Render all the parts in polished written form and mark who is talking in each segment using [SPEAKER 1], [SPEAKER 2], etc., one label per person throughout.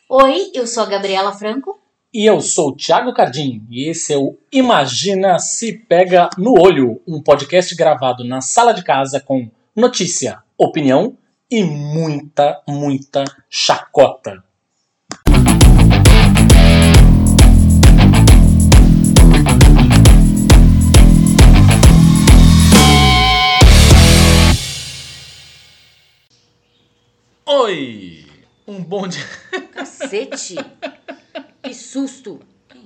[SPEAKER 1] Oi, eu sou a Gabriela Franco.
[SPEAKER 2] E eu sou o Thiago Cardim, e esse é o Imagina Se Pega no Olho, um podcast gravado na sala de casa com notícia, opinião e muita chacota. Oi! Um bom dia.
[SPEAKER 1] Cacete! Que susto!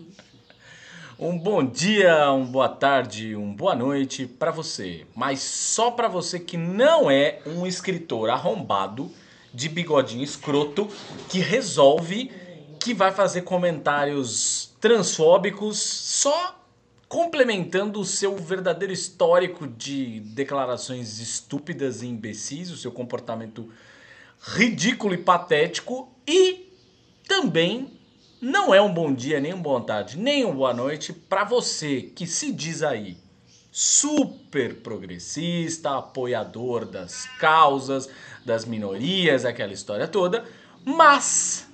[SPEAKER 2] Um bom dia, uma boa tarde, uma boa noite pra você. Mas só pra você que não é um escritor arrombado de bigodinho escroto que resolve que vai fazer comentários transfóbicos só complementando o seu verdadeiro histórico de declarações estúpidas e imbecis, o seu comportamento ridículo e patético, e também não é um bom dia, nem uma boa tarde, nem uma boa noite para você que se diz aí super progressista, apoiador das causas, das minorias, aquela história toda, mas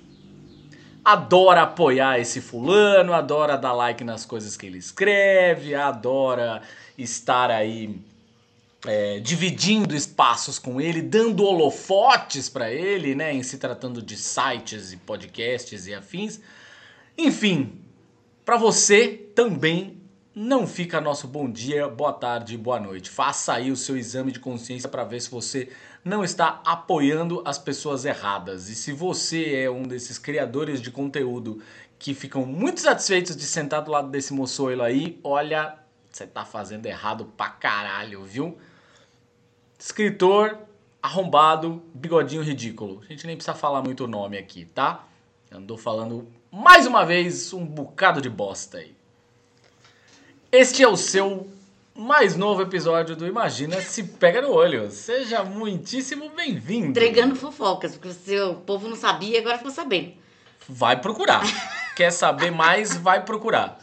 [SPEAKER 2] adora apoiar esse fulano, adora dar like nas coisas que ele escreve, adora estar aí dividindo espaços com ele, dando holofotes para ele, né, em se tratando de sites e podcasts e afins. Enfim, para você também não fica nosso bom dia, boa tarde, boa noite. Faça aí o seu exame de consciência para ver se você não está apoiando as pessoas erradas. E se você é um desses criadores de conteúdo que ficam muito satisfeitos de sentar do lado desse moçoilo aí, olha, você tá fazendo errado pra caralho, viu? Escritor, arrombado, bigodinho ridículo. A gente nem precisa falar muito o nome aqui, tá? Andou falando mais uma vez um bocado de bosta aí. Este é o seu mais novo episódio do Imagina Se Pega no Olho. Seja muitíssimo bem-vindo.
[SPEAKER 1] Entregando fofocas, porque o povo não sabia e agora ficou sabendo.
[SPEAKER 2] Vai procurar. Quer saber mais, vai procurar.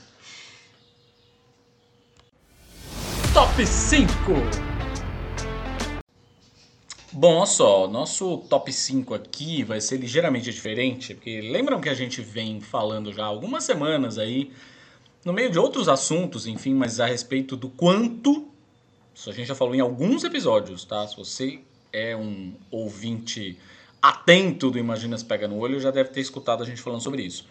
[SPEAKER 2] Top 5. Bom, olha só, nosso top 5 aqui vai ser ligeiramente diferente, porque lembram que a gente vem falando já há algumas semanas aí, no meio de outros assuntos, enfim, mas a respeito do quanto, isso a gente já falou em alguns episódios, tá? Se você é um ouvinte atento do Imagina Se Pega no Olho, já deve ter escutado a gente falando sobre isso.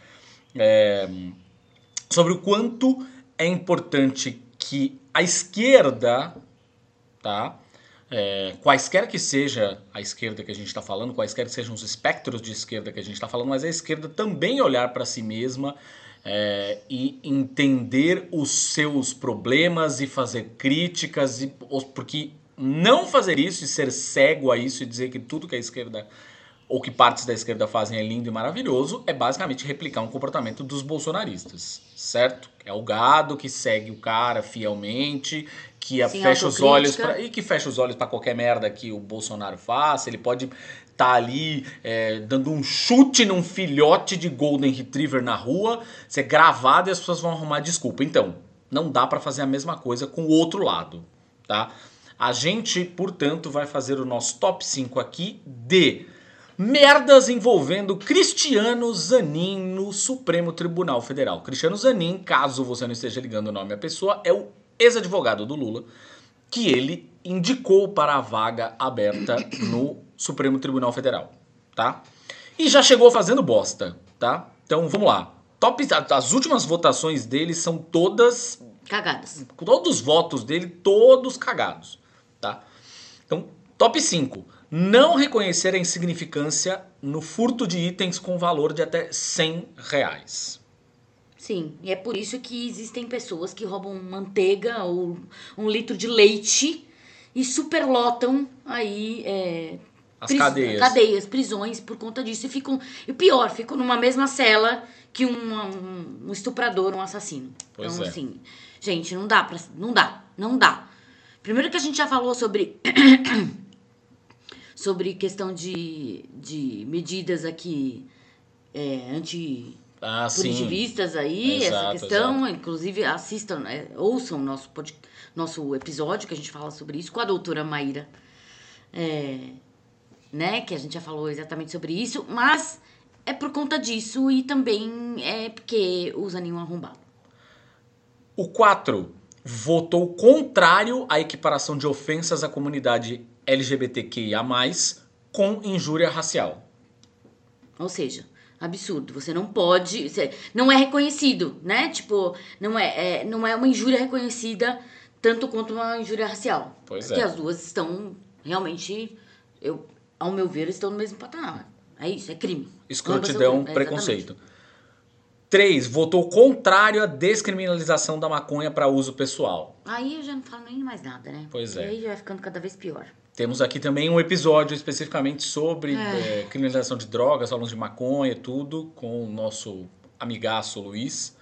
[SPEAKER 2] Sobre o quanto é importante que a esquerda, tá? Quaisquer que seja a esquerda que a gente está falando, quaisquer que sejam os espectros de esquerda que a gente está falando, mas a esquerda também olhar para si mesma e entender os seus problemas e fazer críticas, porque não fazer isso e ser cego a isso e dizer que tudo que a esquerda ou que partes da esquerda fazem é lindo e maravilhoso, é basicamente replicar um comportamento dos bolsonaristas, certo? É o gado que segue o cara fielmente, que fecha os olhos para qualquer merda que o Bolsonaro faça. Ele pode estar ali dando um chute num filhote de Golden Retriever na rua, ser gravado e as pessoas vão arrumar desculpa. Então, não dá para fazer a mesma coisa com o outro lado, tá? A gente, portanto, vai fazer o nosso top 5 aqui de merdas envolvendo Cristiano Zanin no Supremo Tribunal Federal. Cristiano Zanin, caso você não esteja ligando o nome à pessoa, é o ex-advogado do Lula, que ele indicou para a vaga aberta no Supremo Tribunal Federal, tá? E já chegou fazendo bosta, tá? Então vamos lá. As últimas votações dele são todas
[SPEAKER 1] cagadas.
[SPEAKER 2] Todos os votos dele, todos cagados, tá? Então, top 5. Não reconhecer a insignificância no furto de itens com valor de até R$100.
[SPEAKER 1] Sim, e é por isso que existem pessoas que roubam manteiga ou 1 litro de leite e superlotam aí
[SPEAKER 2] as
[SPEAKER 1] cadeias, prisões por conta disso. E o pior, ficam numa mesma cela que um estuprador, um assassino.
[SPEAKER 2] Pois
[SPEAKER 1] então,
[SPEAKER 2] é.
[SPEAKER 1] assim, gente, não dá. Primeiro que a gente já falou sobre questão de medidas aqui anti-punitivistas aí,
[SPEAKER 2] exato,
[SPEAKER 1] essa questão.
[SPEAKER 2] Exato.
[SPEAKER 1] Inclusive, assistam, ouçam nosso episódio que a gente fala sobre isso com a doutora Maíra, né? Que a gente já falou exatamente sobre isso. Mas é por conta disso e também é porque usa nenhum arrombado.
[SPEAKER 2] O 4 votou contrário à equiparação de ofensas à comunidade LGBTQIA+, com injúria racial.
[SPEAKER 1] Ou seja, absurdo. Você não pode... Não é reconhecido, né? Tipo, não é uma injúria reconhecida tanto quanto uma injúria racial.
[SPEAKER 2] Pois
[SPEAKER 1] porque
[SPEAKER 2] é.
[SPEAKER 1] as duas estão realmente, ao meu ver, estão no mesmo patamar. É isso, é crime.
[SPEAKER 2] Escrotidão, preconceito. 3 votou contrário à descriminalização da maconha para uso pessoal.
[SPEAKER 1] Aí eu já não falo nem mais nada, né?
[SPEAKER 2] Pois é.
[SPEAKER 1] E aí já vai ficando cada vez pior.
[SPEAKER 2] Temos aqui também um episódio especificamente sobre criminalização de drogas, falando de maconha e tudo, com o nosso amigaço Luiz.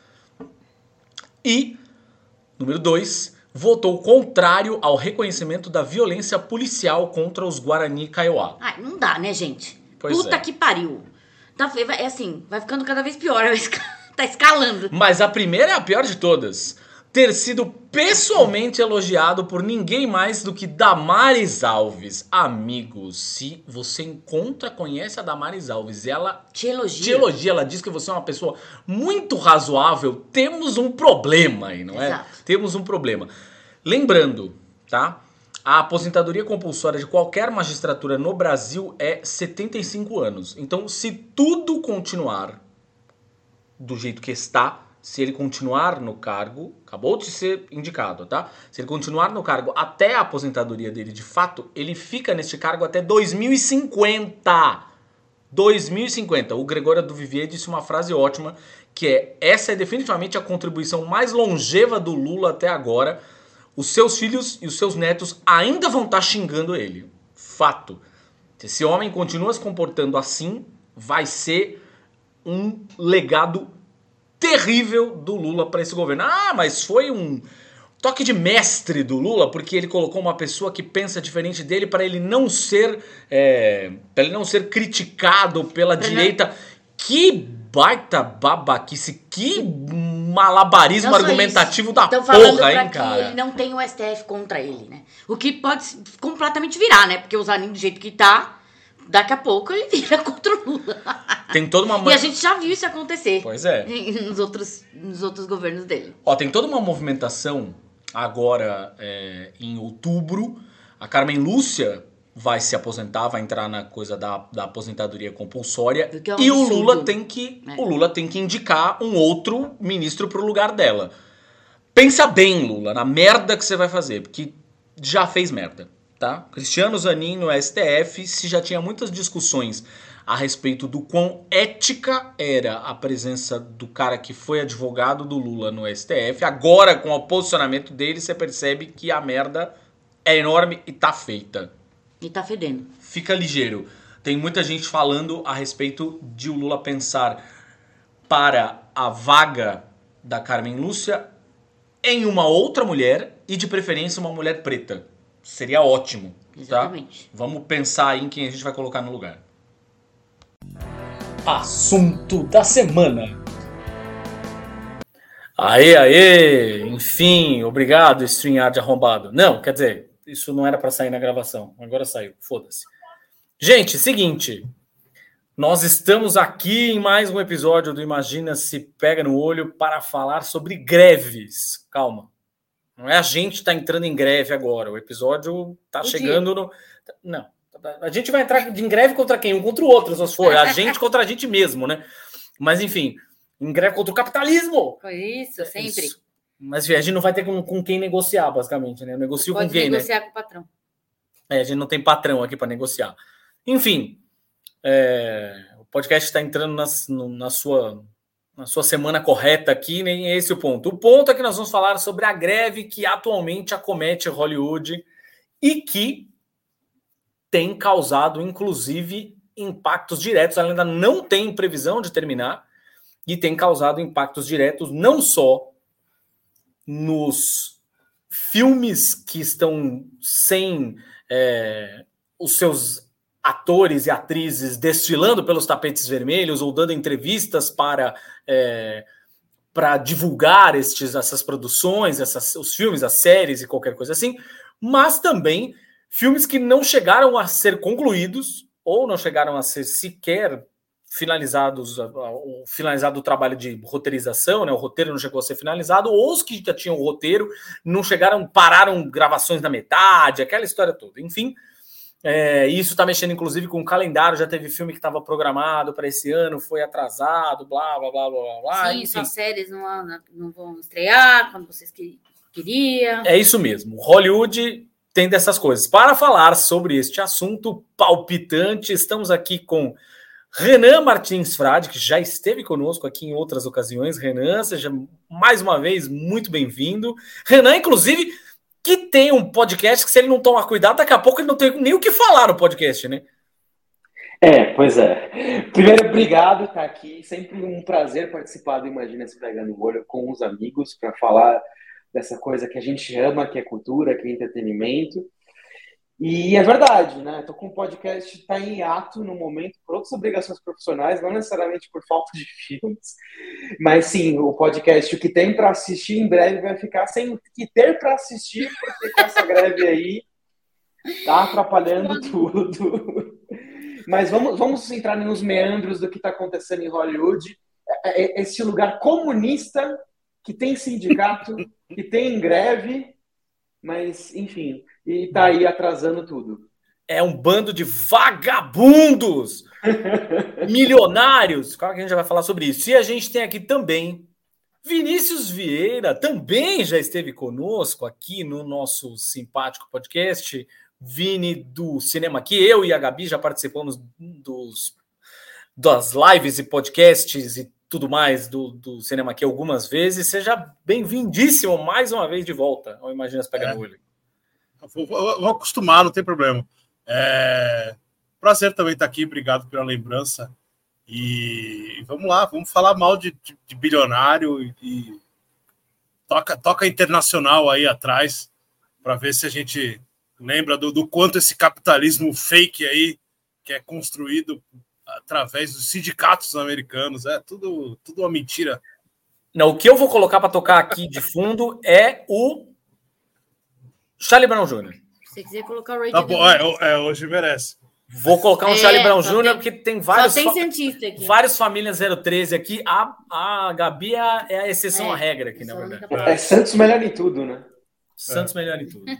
[SPEAKER 2] E, número 2, votou contrário ao reconhecimento da violência policial contra os Guarani Kaiowá.
[SPEAKER 1] Ai, não dá, né, gente?
[SPEAKER 2] Pois
[SPEAKER 1] Puta
[SPEAKER 2] é.
[SPEAKER 1] que pariu. É assim, vai ficando cada vez pior. Tá escalando.
[SPEAKER 2] Mas a primeira é a pior de todas. Ter sido pessoalmente elogiado por ninguém mais do que Damares Alves. Amigos, se você conhece a Damares Alves e ela
[SPEAKER 1] te elogia,
[SPEAKER 2] ela diz que você é uma pessoa muito razoável, temos um problema aí, não é?
[SPEAKER 1] Exato.
[SPEAKER 2] Temos um problema. Lembrando, tá? A aposentadoria compulsória de qualquer magistratura no Brasil é 75 anos. Então, se tudo continuar do jeito que está, se ele continuar no cargo, acabou de ser indicado, tá? Se ele continuar no cargo até a aposentadoria dele de fato, ele fica neste cargo até 2050. 2050. O Gregório do Vivier disse uma frase ótima, que é: essa é definitivamente a contribuição mais longeva do Lula até agora. Os seus filhos e os seus netos ainda vão estar xingando ele. Fato. Se esse homem continua se comportando assim, vai ser um legado terrível do Lula para esse governo. Ah, mas foi um toque de mestre do Lula, porque ele colocou uma pessoa que pensa diferente dele para ele não ser criticado pela direita. Que baita babaquice, que malabarismo argumentativo da porra, hein, cara?
[SPEAKER 1] Que ele não tem o STF contra ele, né? O que pode completamente virar, né? Porque o Zanin, do jeito que tá, daqui a pouco ele vira contra o Lula.
[SPEAKER 2] Tem toda uma...
[SPEAKER 1] E a gente já viu isso acontecer.
[SPEAKER 2] Pois é.
[SPEAKER 1] Nos outros governos dele.
[SPEAKER 2] Ó, tem toda uma movimentação agora em outubro. A Carmen Lúcia vai se aposentar, vai entrar na coisa da aposentadoria compulsória. E o Lula tem que indicar um outro ministro pro lugar dela. Pensa bem, Lula, na merda que você vai fazer, porque já fez merda, tá? Cristiano Zanin no STF, se já tinha muitas discussões a respeito do quão ética era a presença do cara que foi advogado do Lula no STF, agora com o posicionamento dele você percebe que a merda é enorme e tá feita.
[SPEAKER 1] E tá fedendo.
[SPEAKER 2] Fica ligeiro. Tem muita gente falando a respeito de o Lula pensar para a vaga da Carmen Lúcia em uma outra mulher e de preferência uma mulher preta. Seria ótimo.
[SPEAKER 1] Exatamente.
[SPEAKER 2] Tá? Vamos pensar aí em quem a gente vai colocar no lugar. Assunto da semana. Aê! Enfim, obrigado, StreamYard arrombado. Não, quer dizer, isso não era pra sair na gravação. Agora saiu, foda-se. Gente, seguinte. Nós estamos aqui em mais um episódio do Imagina Se Pega no Olho para falar sobre greves. Calma. Não é a gente que tá entrando em greve agora. O episódio tá chegando no... Não. A gente vai entrar em greve contra quem? Um contra o outro, se for. A gente contra a gente mesmo, né? Mas, enfim, em greve contra o capitalismo.
[SPEAKER 1] Foi isso, sempre. Isso.
[SPEAKER 2] Mas, a gente não vai ter com quem negociar, basicamente, né? Eu negocio com quem, né?
[SPEAKER 1] Pode negociar com o patrão.
[SPEAKER 2] A gente não tem patrão aqui para negociar. Enfim, o podcast está entrando na sua semana correta aqui, nem esse é o ponto. O ponto é que nós vamos falar sobre a greve que atualmente acomete Hollywood e que tem causado, inclusive, impactos diretos. Ela ainda não tem previsão de terminar e tem causado impactos diretos não só nos filmes que estão sem os seus atores e atrizes desfilando pelos tapetes vermelhos ou dando entrevistas para divulgar essas produções, os filmes, as séries e qualquer coisa assim, mas também filmes que não chegaram a ser concluídos ou não chegaram a ser sequer finalizado o trabalho de roteirização, né? O roteiro não chegou a ser finalizado, ou os que já tinham o roteiro não chegaram, pararam gravações na metade, aquela história toda. Enfim, isso está mexendo, inclusive, com o calendário. Já teve filme que estava programado para esse ano, foi atrasado, blá, blá, blá, blá, blá.
[SPEAKER 1] Sim, suas séries não vão estrear quando vocês queriam.
[SPEAKER 2] É isso mesmo. Hollywood tem dessas coisas. Para falar sobre este assunto palpitante, estamos aqui com Renan Martins Frade, que já esteve conosco aqui em outras ocasiões. Renan, seja mais uma vez muito bem-vindo. Renan, inclusive, que tem um podcast que, se ele não tomar cuidado, daqui a pouco ele não tem nem o que falar no podcast, né?
[SPEAKER 3] Pois é. Primeiro, obrigado por estar aqui. Sempre um prazer participar do Imagina Se Pega no Olho com os amigos para falar dessa coisa que a gente ama, que é cultura, que é entretenimento. E é verdade, né? Estou com um podcast que está em hiato no momento por outras obrigações profissionais, não necessariamente por falta de filmes, mas sim, o podcast, o que tem para assistir em breve vai ficar sem o que ter para assistir, porque com essa greve aí tá atrapalhando tudo. Mas vamos entrar nos meandros do que está acontecendo em Hollywood. Esse lugar comunista que tem sindicato, que tem greve, mas, enfim, e tá aí atrasando tudo.
[SPEAKER 2] É um bando de vagabundos, milionários. Claro que a gente já vai falar sobre isso. E a gente tem aqui também Vinícius Vieira, também já esteve conosco aqui no nosso simpático podcast. Vini do Cinema Aqui, eu e a Gabi já participamos das lives e podcasts e tudo mais do Cinema Aqui algumas vezes. Seja bem-vindíssimo mais uma vez de volta ao Imagina Se Pega no Olho.
[SPEAKER 4] Vou acostumar, não tem problema. Prazer também estar aqui, obrigado pela lembrança. E vamos lá, vamos falar mal de bilionário e toca internacional aí atrás para ver se a gente lembra do quanto esse capitalismo fake aí, que é construído através dos sindicatos americanos, tudo uma mentira.
[SPEAKER 2] Não, o que eu vou colocar para tocar aqui de fundo é o Charlie Brown Jr.
[SPEAKER 1] Se você quiser colocar o Ray
[SPEAKER 4] Tá bom, hoje merece.
[SPEAKER 2] Vou colocar um Charlie Brown Jr., porque tem vários.
[SPEAKER 1] Só tem cientista aqui.
[SPEAKER 2] Vários Famílias 013 aqui. A Gabi é a exceção à regra aqui, na verdade.
[SPEAKER 3] Santos melhor em tudo, né?
[SPEAKER 2] Santos melhor em tudo.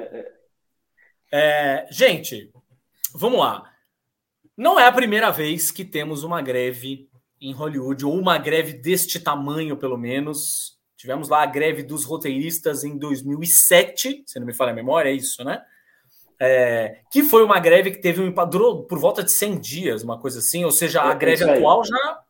[SPEAKER 2] Gente, vamos lá. Não é a primeira vez que temos uma greve em Hollywood, ou uma greve deste tamanho, pelo menos. Tivemos lá a greve dos roteiristas em 2007, se não me falha a memória, é isso, né? Que foi uma greve que teve durou por volta de 100 dias, uma coisa assim, ou seja, a greve atual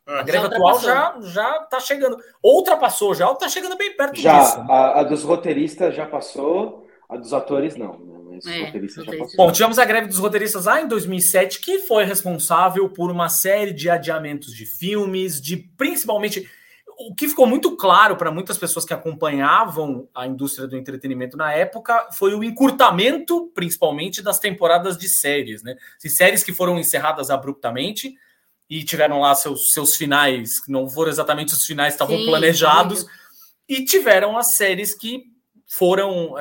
[SPEAKER 2] já está chegando. Ultrapassou já, ou está chegando bem perto disso.
[SPEAKER 3] A dos roteiristas já passou, a dos atores não. Mas os roteiristas já passou.
[SPEAKER 2] Bom, tivemos a greve dos roteiristas lá em 2007, que foi responsável por uma série de adiamentos de filmes, principalmente. O que ficou muito claro para muitas pessoas que acompanhavam a indústria do entretenimento na época foi o encurtamento, principalmente, das temporadas de séries, né? Séries que foram encerradas abruptamente e tiveram lá seus finais, que não foram exatamente os finais que estavam planejados, e tiveram as séries que foram...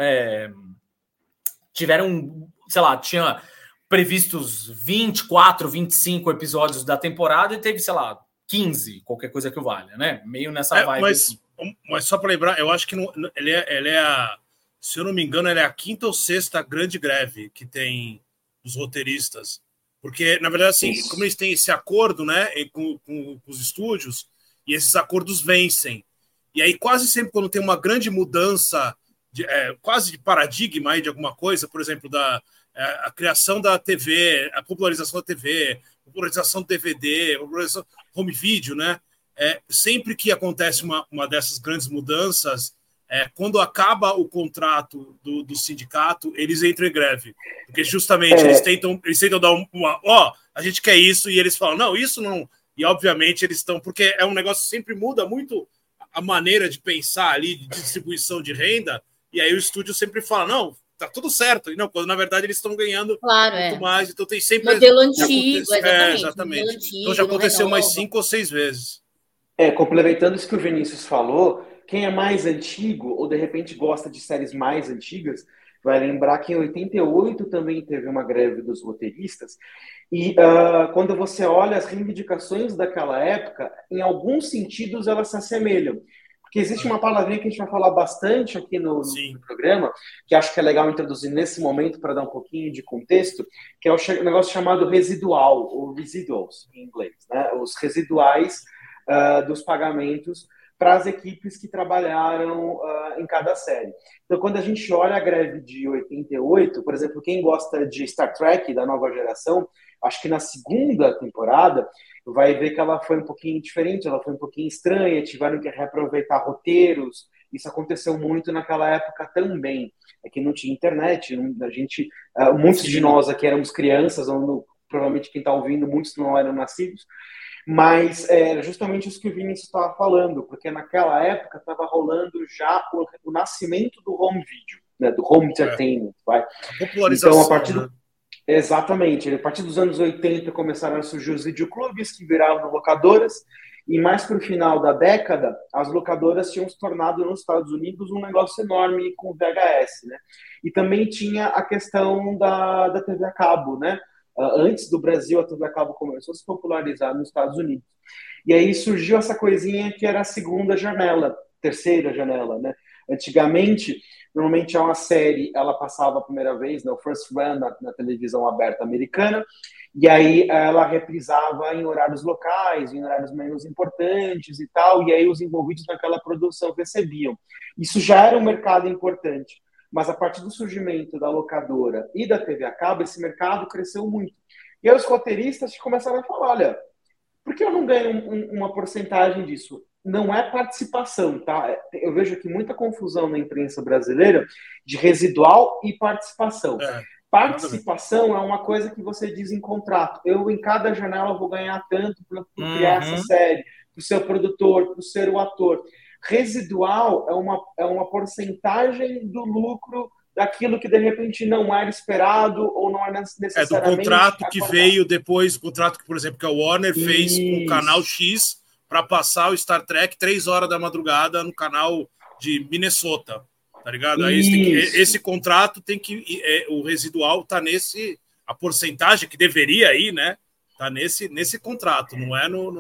[SPEAKER 2] tinha previstos 24, 25 episódios da temporada e teve, 15, qualquer coisa que valha, né? Meio nessa vibe.
[SPEAKER 4] Mas só para lembrar, eu acho que ele é se eu não me engano, ele é a quinta ou sexta grande greve que tem dos roteiristas. Porque, na verdade, assim, como eles têm esse acordo, né, com os estúdios, e esses acordos vencem. E aí, quase sempre, quando tem uma grande mudança, quase de paradigma aí de alguma coisa, por exemplo, a criação da TV, a popularização da TV, popularização do DVD, popularização do home video, né? Sempre que acontece uma dessas grandes mudanças, quando acaba o contrato do sindicato, eles entram em greve. Porque justamente eles tentam dar a gente quer isso, e eles falam, não, isso não. E obviamente eles estão, porque é um negócio que sempre muda muito a maneira de pensar ali, de distribuição de renda, e aí o estúdio sempre fala, não, tá tudo certo. E não, quando na verdade eles estão ganhando muito mais. Então tem sempre...
[SPEAKER 1] Modelo antigo,
[SPEAKER 4] exatamente. Modelo antigo, então já aconteceu mais 5 ou 6 vezes.
[SPEAKER 3] Complementando isso que o Vinícius falou, quem é mais antigo ou de repente gosta de séries mais antigas, vai lembrar que em 88 também teve uma greve dos roteiristas, e quando você olha as reivindicações daquela época, em alguns sentidos elas se assemelham. Porque existe uma palavrinha que a gente vai falar bastante aqui no programa, que acho que é legal introduzir nesse momento para dar um pouquinho de contexto, que é o negócio chamado residual, ou residuals em inglês, né? Os residuais dos pagamentos para as equipes que trabalharam em cada série. Então, quando a gente olha a greve de 88, por exemplo, quem gosta de Star Trek, da nova geração, acho que na segunda temporada vai ver que ela foi um pouquinho diferente, ela foi um pouquinho estranha, tiveram que reaproveitar roteiros. Isso aconteceu muito naquela época também. É que não tinha internet, muitos de nós aqui éramos crianças, provavelmente quem está ouvindo, muitos não eram nascidos, mas era justamente isso que o Vinícius estava falando, porque naquela época estava rolando já o nascimento do home video, né, do home entertainment. Vai.
[SPEAKER 4] Popularização,
[SPEAKER 3] então, a partir exatamente, a partir dos anos 80 começaram a surgir os videoclubes que viraram locadoras, e mais para o final da década, as locadoras tinham se tornado nos Estados Unidos um negócio enorme com VHS, né? E também tinha a questão da TV a cabo, né? Antes do Brasil, a TV a cabo começou a se popularizar nos Estados Unidos. E aí surgiu essa coisinha que era a segunda janela, terceira janela, né? Antigamente, normalmente é uma série, ela passava a primeira vez, né, o first run na televisão aberta americana, e aí ela reprisava em horários locais, em horários menos importantes e tal, e aí os envolvidos naquela produção recebiam. Isso já era um mercado importante. Mas a partir do surgimento da locadora e da TV a cabo, esse mercado cresceu muito. E aí os roteiristas começaram a falar, olha, por que eu não ganho uma porcentagem disso? Não é participação, tá? Eu vejo aqui muita confusão na imprensa brasileira de residual e participação. Participação é uma coisa que você diz em contrato. Eu, em cada janela, vou ganhar tanto para criar essa série, para o seu produtor, para ser o ator. Residual é uma porcentagem do lucro daquilo que de repente não era esperado ou não era necessariamente...
[SPEAKER 4] do contrato que veio depois, o contrato que, por exemplo, que a Warner fez com o canal X para passar o Star Trek 3 horas da madrugada no canal de Minnesota, tá ligado? Aí esse contrato tem que... o residual tá a porcentagem que deveria ir, né? Tá nesse contrato, não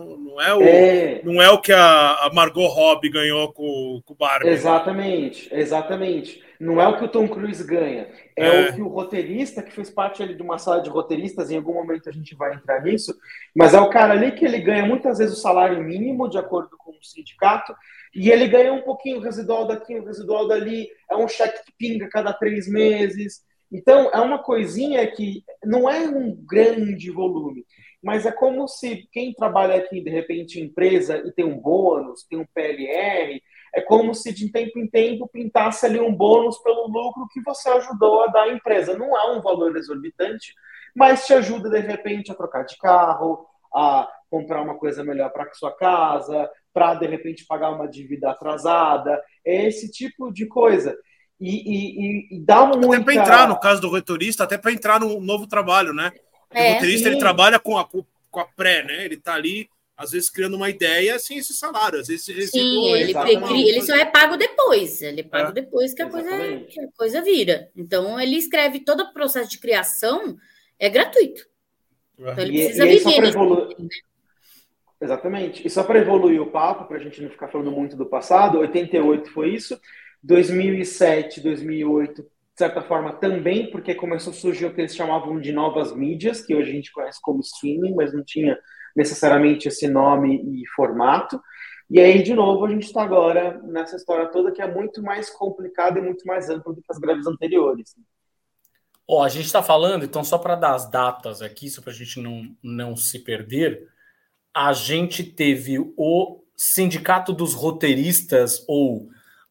[SPEAKER 4] é o que a Margot Robbie ganhou com o Barbie.
[SPEAKER 3] Exatamente. Não é o que o Tom Cruise ganha, é o que o roteirista, que fez parte ali de uma sala de roteiristas, em algum momento a gente vai entrar nisso, mas é o cara ali que ele ganha muitas vezes o salário mínimo, de acordo com o sindicato, e ele ganha um pouquinho o residual daqui, o residual dali, é um cheque que pinga cada 3 meses. Então, é uma coisinha que não é um grande volume, mas é como se quem trabalha aqui, de repente, em empresa e tem um bônus, tem um PLR, é como se de tempo em tempo pintasse ali um bônus pelo lucro que você ajudou a dar à empresa. Não é um valor exorbitante, mas te ajuda, de repente, a trocar de carro, a comprar uma coisa melhor para sua casa, para, de repente, pagar uma dívida atrasada. É esse tipo de coisa. E dá muita...
[SPEAKER 4] Até para entrar, no caso do roteirista, até para entrar no novo trabalho, né? O roteirista, ele trabalha com a pré, né? Ele tá ali, às vezes, criando uma ideia sem esse salário. Às vezes,
[SPEAKER 1] ele só é pago depois. Ele é pago depois que a coisa vira. Então, ele escreve todo o processo de criação, é gratuito. Então, ele precisa viver.
[SPEAKER 3] Exatamente. E só para evoluir o papo, para a gente não ficar falando muito do passado, 88 foi isso, 2007, 2008... de certa forma também, porque começou a surgir o que eles chamavam de novas mídias, que hoje a gente conhece como streaming, mas não tinha necessariamente esse nome e formato. E aí, de novo, a gente está agora nessa história toda que é muito mais complicada e muito mais ampla do que as greves anteriores.
[SPEAKER 2] A gente está falando, então, só para dar as datas aqui, só para a gente não se perder, a gente teve o Sindicato dos Roteiristas, ou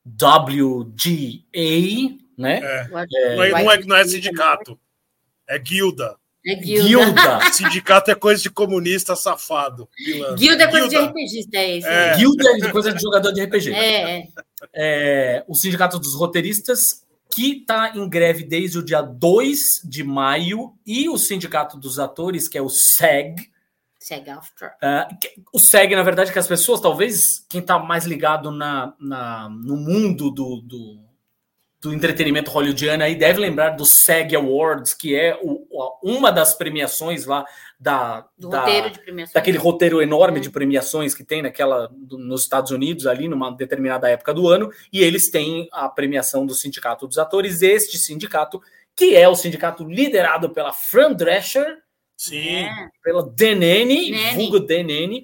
[SPEAKER 2] WGA, né?
[SPEAKER 4] Não é sindicato, é guilda.
[SPEAKER 1] Guilda.
[SPEAKER 4] Sindicato é coisa de comunista safado.
[SPEAKER 1] Guilda é coisa de RPGista, é isso.
[SPEAKER 2] Guilda é coisa de jogador de RPG. O Sindicato dos Roteiristas, que está em greve desde o dia 2 de maio, e o Sindicato dos Atores, que é o SAG. O SAG, na verdade, que as pessoas, talvez, quem está mais ligado no mundo do entretenimento hollywoodiano aí deve lembrar do SAG Awards, que é uma das premiações lá
[SPEAKER 1] roteiro de premiações.
[SPEAKER 2] Daquele roteiro enorme de premiações que tem nos Estados Unidos, ali numa determinada época do ano, e eles têm a premiação do Sindicato dos Atores, este sindicato, que é o sindicato liderado pela Fran Drescher, pela DNN, vulgo DNN.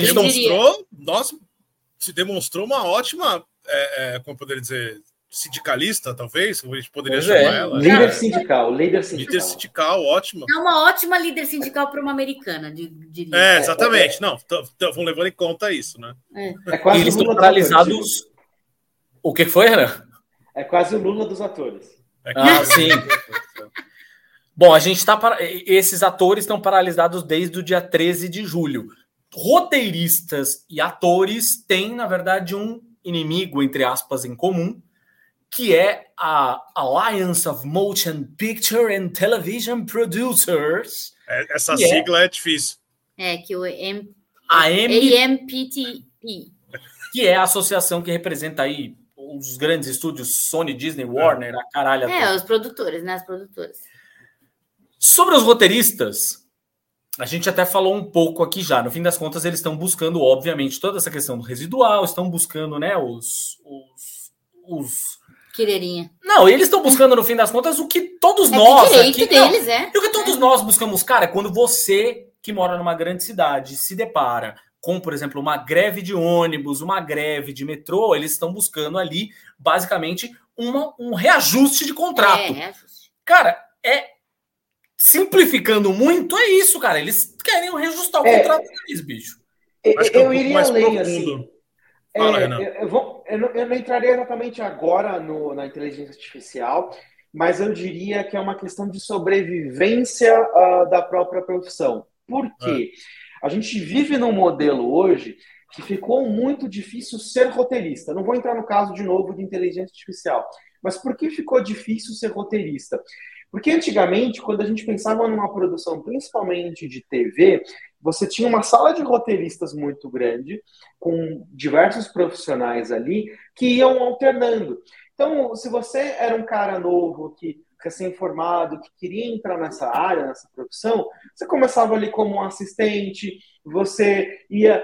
[SPEAKER 4] Se demonstrou uma ótima, como poderia dizer, sindicalista, talvez, a gente poderia chamar ela.
[SPEAKER 3] Líder sindical.
[SPEAKER 4] Líder sindical, ótima.
[SPEAKER 1] É uma ótima líder sindical para uma americana, diria.
[SPEAKER 4] Exatamente. Não, vão levando em conta isso, né?
[SPEAKER 3] Quase
[SPEAKER 2] eles estão paralisados. O que foi, Renan?
[SPEAKER 3] É quase o Lula dos atores.
[SPEAKER 2] Sim. Bom, esses atores estão paralisados desde o dia 13 de julho. Roteiristas e atores têm, na verdade, um inimigo, entre aspas, em comum, que é a Alliance of Motion Picture and Television Producers.
[SPEAKER 4] Essa sigla é difícil.
[SPEAKER 1] Que o
[SPEAKER 2] AMPTP, que é a associação que representa aí os grandes estúdios Sony, Disney, Warner, a caralha toda.
[SPEAKER 1] Os produtores, né? As produtoras.
[SPEAKER 2] Sobre os roteiristas, a gente até falou um pouco aqui já. No fim das contas, eles estão buscando, obviamente, toda essa questão do residual, estão buscando, né, os
[SPEAKER 1] Quereirinha.
[SPEAKER 2] Não, eles estão buscando, no fim das contas, o que todos nós aqui...
[SPEAKER 1] deles,
[SPEAKER 2] E o que todos nós buscamos, cara, quando você, que mora numa grande cidade, se depara com, por exemplo, uma greve de ônibus, uma greve de metrô, eles estão buscando ali, basicamente, um reajuste de contrato.
[SPEAKER 1] Reajuste.
[SPEAKER 2] Cara, simplificando muito, é isso, cara. Eles querem reajustar o contrato deles, bicho.
[SPEAKER 3] Eu iria além, assim. Eu não entraria exatamente agora na inteligência artificial, mas eu diria que é uma questão de sobrevivência da própria profissão. Por quê? A gente vive num modelo hoje que ficou muito difícil ser roteirista. Não vou entrar no caso, de novo, de inteligência artificial. Mas por que ficou difícil ser roteirista? Porque antigamente, quando a gente pensava numa produção, principalmente de TV, você tinha uma sala de roteiristas muito grande, com diversos profissionais ali, que iam alternando. Então, se você era um cara novo, recém-formado, que queria entrar nessa área, nessa profissão, você começava ali como um assistente, você ia,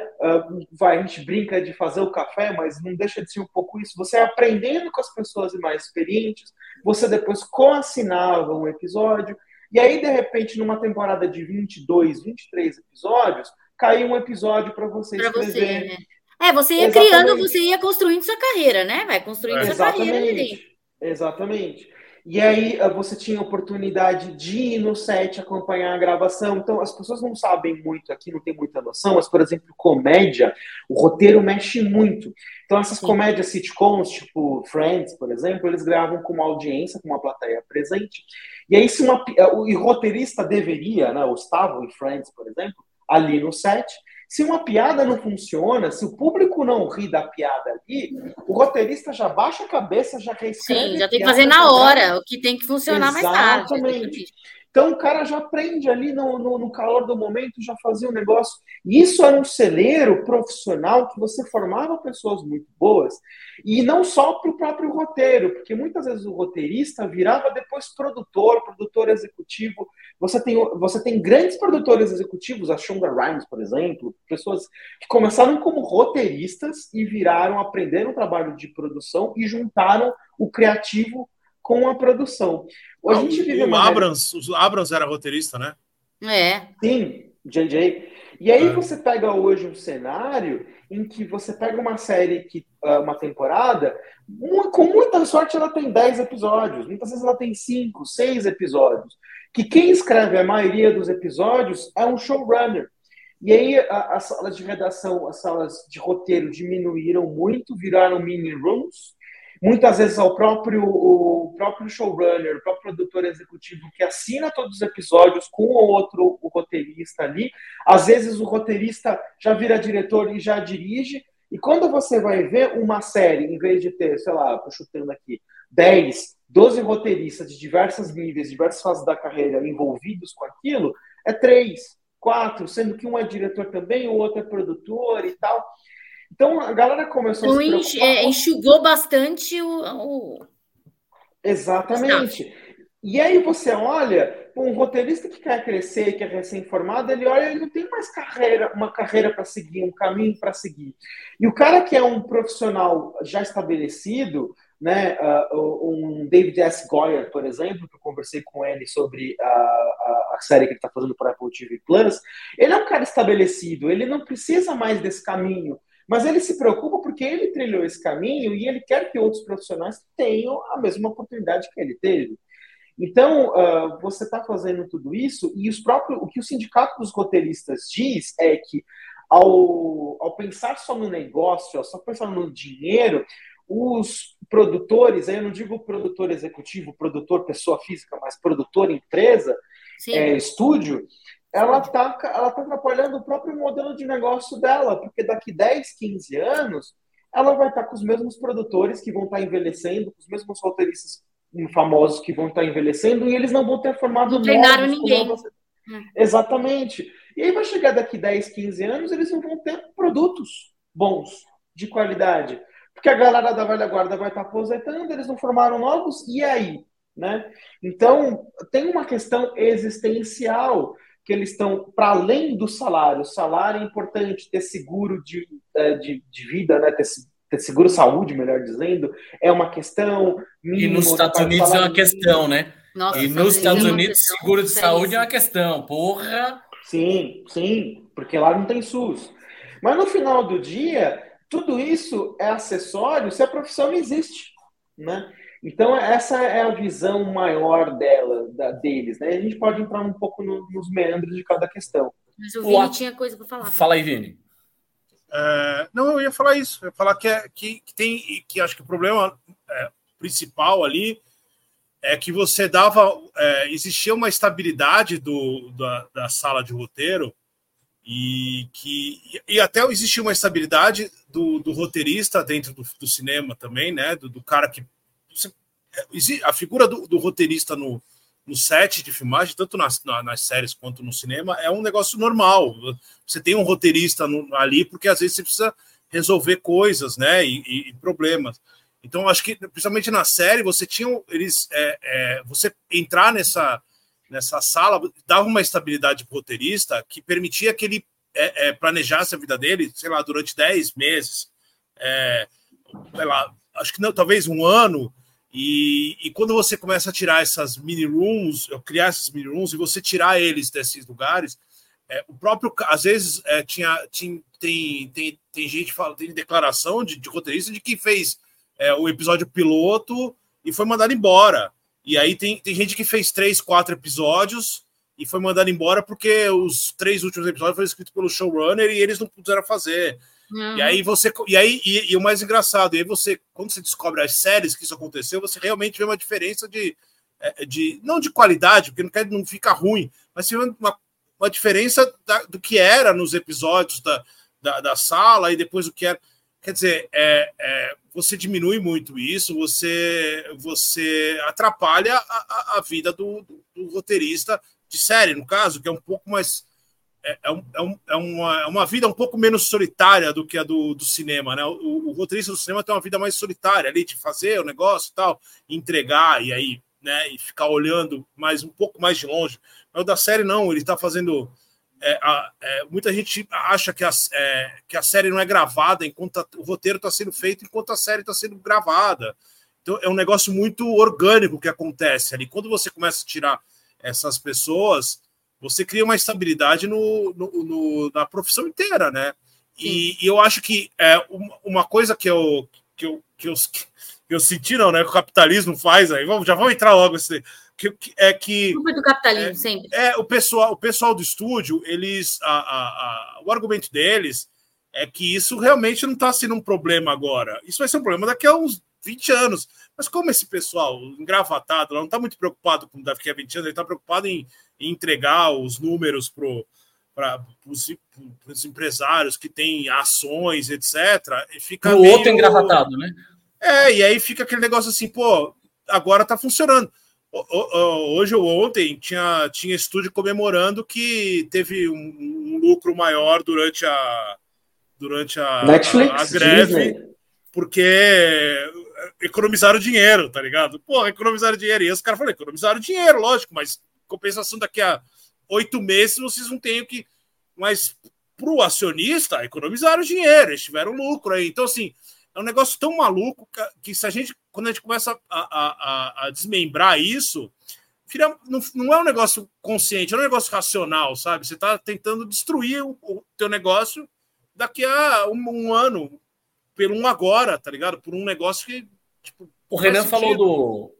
[SPEAKER 3] a gente brinca de fazer o café, mas não deixa de ser um pouco isso, você ia aprendendo com as pessoas mais experientes, você depois co-assinava um episódio, e aí, de repente, numa temporada de 22, 23 episódios, caiu um episódio para você escrever.
[SPEAKER 1] Você, né? Você ia criando, você ia construindo sua carreira, né? Vai construindo sua carreira ali.
[SPEAKER 3] Exatamente. E aí você tinha a oportunidade de ir no set, acompanhar a gravação. Então, as pessoas não sabem muito aqui, não tem muita noção, mas, por exemplo, comédia, o roteiro mexe muito. Então, essas comédias sitcoms, tipo Friends, por exemplo, eles gravam com uma audiência, com uma plateia presente. E aí, o roteirista deveria, né, ou estava em Friends, por exemplo, ali no set. Se uma piada não funciona, se o público não ri da piada ali, o roteirista já baixa a cabeça, já reescreve.
[SPEAKER 1] Sim, já tem que fazer na hora, o que tem que funcionar mais tarde.
[SPEAKER 3] Exatamente. Então o cara já aprende ali no calor do momento, já fazia um negócio. E isso era um celeiro profissional que você formava pessoas muito boas. E não só para o próprio roteiro, porque muitas vezes o roteirista virava depois produtor executivo. Você tem grandes produtores executivos, a Shonda Rhimes, por exemplo, pessoas que começaram como roteiristas e aprenderam o trabalho de produção e juntaram o criativo com a produção. Hoje a gente vive
[SPEAKER 4] o Abrams era roteirista, né?
[SPEAKER 3] Sim, JJ. E aí você pega hoje um cenário em que você pega uma série, uma temporada, com muita sorte ela tem 10 episódios, muitas vezes ela tem 5, 6 episódios, que quem escreve a maioria dos episódios é um showrunner. E aí as salas de redação, as salas de roteiro diminuíram muito, viraram mini rooms. Muitas vezes o próprio showrunner, o próprio produtor executivo que assina todos os episódios com o roteirista ali. Às vezes o roteirista já vira diretor e já dirige. E quando você vai ver uma série, em vez de ter, sei lá, tô chutando aqui, 10, 12 roteiristas de diversos níveis, diversas fases da carreira envolvidos com aquilo, é 3, 4, sendo que um é diretor também, o outro é produtor e tal. Então, a galera começou a se preocupar.
[SPEAKER 1] Enxugou bastante
[SPEAKER 3] Exatamente. E aí você olha, um roteirista que quer crescer, que é recém-formado, ele olha, ele não tem mais uma carreira para seguir, um caminho para seguir. E o cara que é um profissional já estabelecido, né, um David S. Goyer, por exemplo, que eu conversei com ele sobre a série que ele está fazendo para a Apple TV Plus, ele é um cara estabelecido, ele não precisa mais desse caminho, mas ele se preocupa porque ele trilhou esse caminho e ele quer que outros profissionais tenham a mesma oportunidade que ele teve. Então, você está fazendo tudo isso e o que o Sindicato dos Roteiristas diz é que, ao pensar só no negócio, só pensar no dinheiro, os produtores, aí eu não digo produtor executivo, produtor pessoa física, mas produtor empresa, estúdio, ela está atrapalhando o próprio modelo de negócio dela, porque daqui 10, 15 anos, ela vai estar com os mesmos produtores que vão estar envelhecendo, com os mesmos roteiristas famosos que vão estar envelhecendo e eles não vão ter formado
[SPEAKER 1] não treinaram ninguém.
[SPEAKER 3] Exatamente. E aí vai chegar daqui 10, 15 anos, eles não vão ter produtos bons, de qualidade. Porque a galera da velha guarda vai estar aposentando, eles não formaram novos, e aí? Né? Então, tem uma questão existencial que eles estão, para além do salário. O salário é importante, ter seguro de vida, né? Ter seguro-saúde, melhor dizendo, é uma questão.
[SPEAKER 5] E nos Estados Unidos é uma questão, né?
[SPEAKER 1] Nossa,
[SPEAKER 5] e nos Estados Unidos, seguro de saúde é uma questão. Porra!
[SPEAKER 3] Sim, porque lá não tem SUS. Mas no final do dia, tudo isso é acessório se a profissão não existe, né? Então, essa é a visão maior deles, né? A gente pode entrar um pouco nos meandros de cada questão.
[SPEAKER 1] Mas o Vini tinha coisa para falar.
[SPEAKER 5] Fala aí, Vini.
[SPEAKER 4] Não, eu ia falar isso. Eu ia falar que acho que o problema principal ali é que você existia uma estabilidade da sala de roteiro e até existia uma estabilidade do roteirista dentro do cinema também, né? Do cara que... A figura do roteirista no set de filmagem, tanto nas séries quanto no cinema, é um negócio normal. Você tem um roteirista ali porque às vezes você precisa resolver coisas, né? E problemas. Então, acho que, principalmente na série, você você entrar nessa sala dava uma estabilidade pro roteirista que permitia que ele planejasse a vida dele, sei lá, durante 10 meses, sei lá, acho que não, talvez um ano. E quando você começa a tirar essas mini-rooms, criar essas mini-rooms, e você tirar eles desses lugares, o próprio, às vezes, tem gente falando, tem declaração de roteirista de que fez o episódio piloto e foi mandado embora. E aí tem gente que fez 3, 4 episódios e foi mandado embora porque os 3 últimos episódios foram escritos pelo showrunner e eles não puderam fazer. Uhum. E o mais engraçado, e aí quando você descobre as séries que isso aconteceu, você realmente vê uma diferença não de qualidade, porque não fica ruim, mas você vê uma diferença do que era nos episódios da sala e depois o que era. Quer dizer, você diminui muito isso, você atrapalha a vida do roteirista de série, no caso, que é um pouco mais... É uma vida um pouco menos solitária do que a do cinema, né? O roteirista do cinema tem uma vida mais solitária ali, de fazer o negócio e tal, entregar, e aí, né, e ficar olhando um pouco mais de longe. Mas o da série não, ele está fazendo... muita gente acha que a série não é gravada enquanto o roteiro está sendo feito, enquanto a série está sendo gravada. Então é um negócio muito orgânico que acontece ali. Quando você começa a tirar essas pessoas, você cria uma estabilidade na profissão inteira, né? E eu acho que uma coisa que eu senti, não, né? Que o capitalismo faz aí. Já vamos entrar logo nesse.
[SPEAKER 1] Culpa do capitalismo, sempre.
[SPEAKER 4] O pessoal do estúdio, eles. O argumento deles é que isso realmente não está sendo um problema agora. Isso vai ser um problema daqui a uns 20 anos. Mas como esse pessoal engravatado não está muito preocupado com daqui a 20 anos, ele está preocupado em entregar os números para os empresários que têm ações, etc. E fica
[SPEAKER 5] o outro engravatado, né?
[SPEAKER 4] E aí fica aquele negócio assim, pô, agora está funcionando. Hoje ou ontem tinha estúdio comemorando que teve um lucro maior durante a
[SPEAKER 3] Netflix,
[SPEAKER 4] greve,
[SPEAKER 3] Disney.
[SPEAKER 4] porque economizaram dinheiro, tá ligado? Porra, economizaram dinheiro. E aí os caras falaram, economizaram dinheiro, lógico, mas compensação daqui a 8 meses vocês não têm o que... Mas pro acionista, economizaram dinheiro, eles tiveram lucro aí. Então, assim, é um negócio tão maluco que se a gente, quando a gente começa a desmembrar isso, não é um negócio consciente, não é um negócio racional, sabe? Você tá tentando destruir o teu negócio daqui a um ano, pelo um agora, tá ligado? Por um negócio que, tipo,
[SPEAKER 5] o Renan falou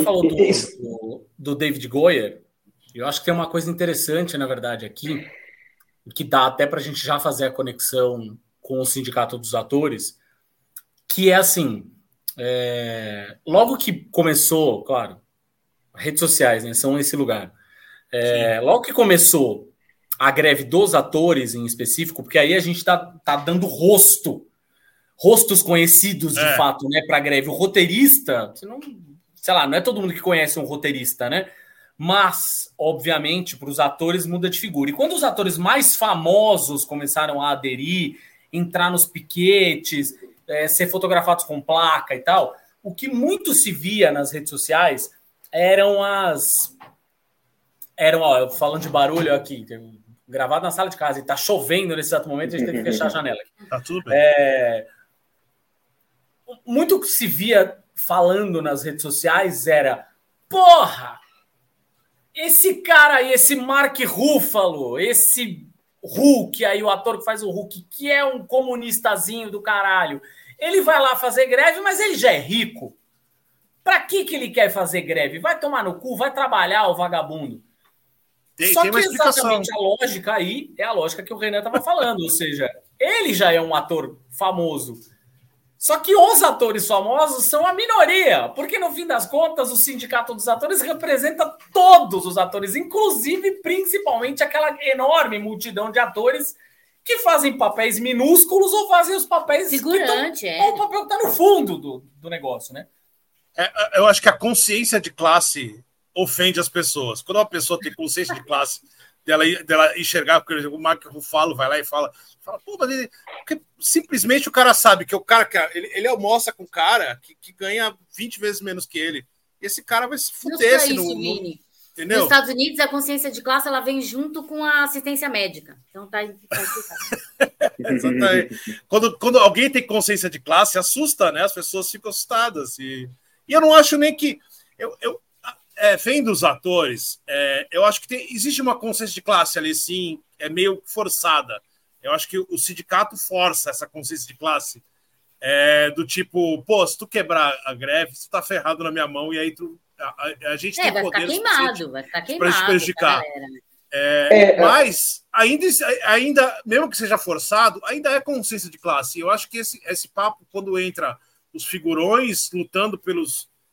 [SPEAKER 5] do David Goyer. Eu acho que tem uma coisa interessante, na verdade, aqui, que dá até para a gente já fazer a conexão com o Sindicato dos Atores, que é assim, logo que começou, claro, redes sociais, né, são esse lugar. Logo que começou a greve dos atores em específico, porque aí a gente tá dando rostos conhecidos de fato, né, para a greve. O roteirista, sei lá, não é todo mundo que conhece um roteirista, né? Mas, obviamente, para os atores muda de figura. E quando os atores mais famosos começaram a aderir, entrar nos piquetes, ser fotografados com placa e tal, o que muito se via nas redes sociais eram falando de barulho aqui, gravado na sala de casa, e tá chovendo nesse exato momento, a gente tem que fechar a janela aqui.
[SPEAKER 4] Tá tudo bem.
[SPEAKER 5] Muito que se via falando nas redes sociais era, porra, esse cara aí, esse Mark Ruffalo, esse Hulk aí, o ator que faz o Hulk, que é um comunistazinho do caralho, ele vai lá fazer greve, mas ele já é rico. Pra que ele quer fazer greve? Vai tomar no cu, vai trabalhar, o vagabundo. Só que exatamente a lógica aí é a lógica que o Renan estava falando, ou seja, ele já é um ator famoso. Só que os atores famosos são a minoria, porque no fim das contas o Sindicato dos Atores representa todos os atores, inclusive, principalmente aquela enorme multidão de atores que fazem papéis minúsculos ou fazem os papéis
[SPEAKER 1] figurante,
[SPEAKER 5] ou o papel que está no fundo do negócio, né?
[SPEAKER 4] Eu acho que a consciência de classe ofende as pessoas. Quando uma pessoa tem consciência de classe, dela enxergar, porque o Mark Ruffalo vai lá e fala, pô, mas porque simplesmente o cara sabe que o cara, ele almoça com um cara que ganha 20 vezes menos que ele. E esse cara vai se fuder.
[SPEAKER 1] Entendeu? Nos Estados Unidos, a consciência de classe ela vem junto com a assistência médica. Então tá explicado.
[SPEAKER 4] Exatamente. Quando alguém tem consciência de classe, assusta, né? As pessoas ficam assustadas. E eu não acho nem que... vendo os atores, eu acho que existe uma consciência de classe ali, sim, é meio forçada. Eu acho que o sindicato força essa consciência de classe, do tipo, pô, se tu quebrar a greve, tu tá ferrado na minha mão, e aí a gente tem poder
[SPEAKER 1] vai ficar queimado
[SPEAKER 4] para te prejudicar. Mas, ainda, mesmo que seja forçado, ainda é consciência de classe. Eu acho que esse papo, quando entra os figurões lutando pelo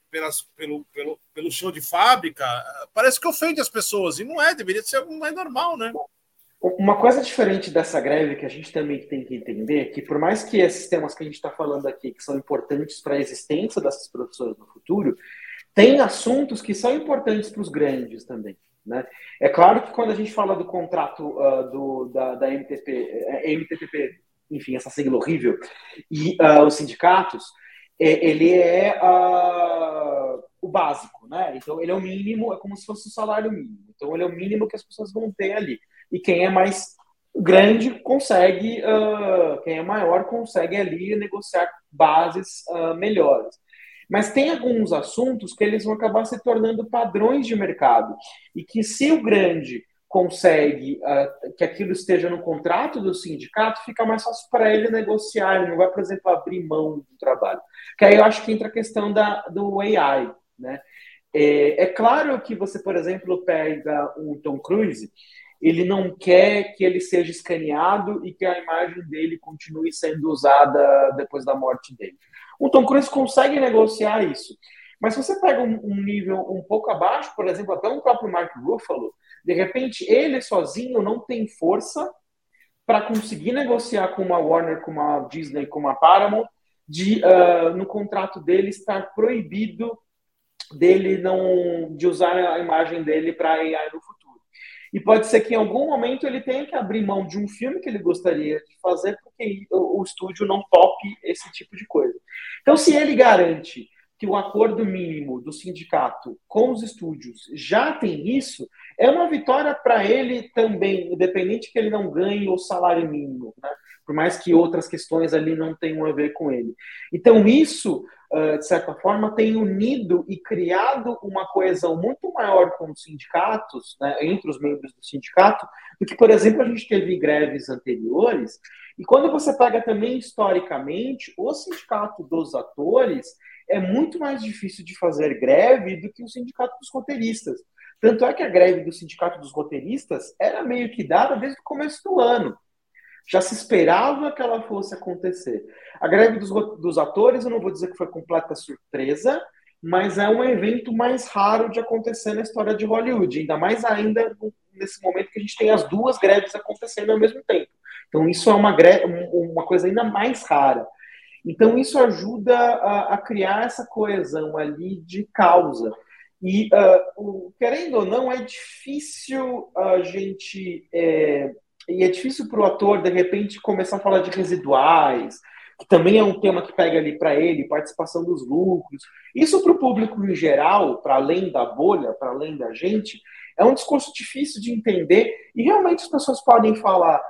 [SPEAKER 4] show de fábrica, parece que ofende as pessoas. E não deveria ser mais normal, né?
[SPEAKER 3] Uma coisa diferente dessa greve que a gente também tem que entender, que por mais que esses temas que a gente está falando aqui, que são importantes para a existência dessas profissões no futuro, tem assuntos que são importantes para os grandes também, né? É claro que quando a gente fala do contrato da MTPP, enfim, essa sigla horrível, e os sindicatos, ele é o básico, né? Então, ele é o mínimo, é como se fosse o salário mínimo. Então, ele é o mínimo que as pessoas vão ter ali. E quem é mais grande consegue, quem é maior consegue ali negociar bases melhores. Mas tem alguns assuntos que eles vão acabar se tornando padrões de mercado. E que se o grande consegue que aquilo esteja no contrato do sindicato, fica mais fácil para ele negociar. Ele não vai, por exemplo, abrir mão do trabalho. Que aí eu acho que entra a questão do AI, né? É claro que você, por exemplo, pega um Tom Cruise, ele não quer que ele seja escaneado e que a imagem dele continue sendo usada depois da morte dele. O Tom Cruise consegue negociar isso. Mas se você pega um nível um pouco abaixo, por exemplo, até o próprio Mark Ruffalo, de repente ele sozinho não tem força para conseguir negociar com uma Warner, com uma Disney, com uma Paramount, no contrato dele estar proibido de usar a imagem dele para AI no futuro. E pode ser que em algum momento ele tenha que abrir mão de um filme que ele gostaria de fazer porque o estúdio não tope esse tipo de coisa. Então, se ele garante que o acordo mínimo do sindicato com os estúdios já tem isso, é uma vitória para ele também, independente que ele não ganhe o salário mínimo, né? Por mais que outras questões ali não tenham a ver com ele. Então, isso, de certa forma, tem unido e criado uma coesão muito maior com os sindicatos, né, entre os membros do sindicato, do que, por exemplo, a gente teve greves anteriores. E quando você pega também, historicamente, o sindicato dos atores é muito mais difícil de fazer greve do que o sindicato dos roteiristas. Tanto é que a greve do sindicato dos roteiristas era meio que dada desde o começo do ano. Já se esperava que ela fosse acontecer. A greve dos atores, eu não vou dizer que foi completa surpresa, mas é um evento mais raro de acontecer na história de Hollywood, ainda mais ainda nesse momento que a gente tem as duas greves acontecendo ao mesmo tempo. Então isso é uma coisa ainda mais rara. Então isso ajuda a criar essa coesão ali de causa. E, querendo ou não, é difícil a gente... E é difícil para o ator, de repente, começar a falar de residuais, que também é um tema que pega ali para ele, participação dos lucros. Isso para o público em geral, para além da bolha, para além da gente, é um discurso difícil de entender e realmente as pessoas podem falar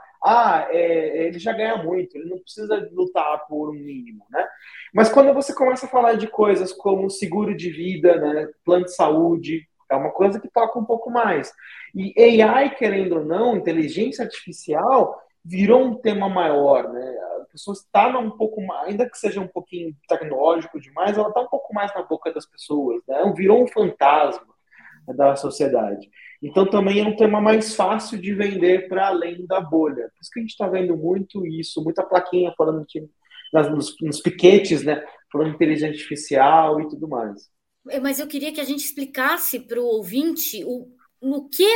[SPEAKER 3] ele já ganha muito, ele não precisa lutar por um mínimo, né? Mas quando você começa a falar de coisas como seguro de vida, né, plano de saúde, é uma coisa que toca um pouco mais. E AI, querendo ou não, inteligência artificial, virou um tema maior, né? A pessoa está um pouco mais, ainda que seja um pouquinho tecnológico demais, ela está um pouco mais na boca das pessoas, né? Virou um fantasma da sociedade. Então também é um tema mais fácil de vender para além da bolha. Por isso que a gente está vendo muito isso, muita plaquinha falando nos piquetes, né? Falando de inteligência artificial e tudo mais.
[SPEAKER 1] Mas eu queria que a gente explicasse para o ouvinte no que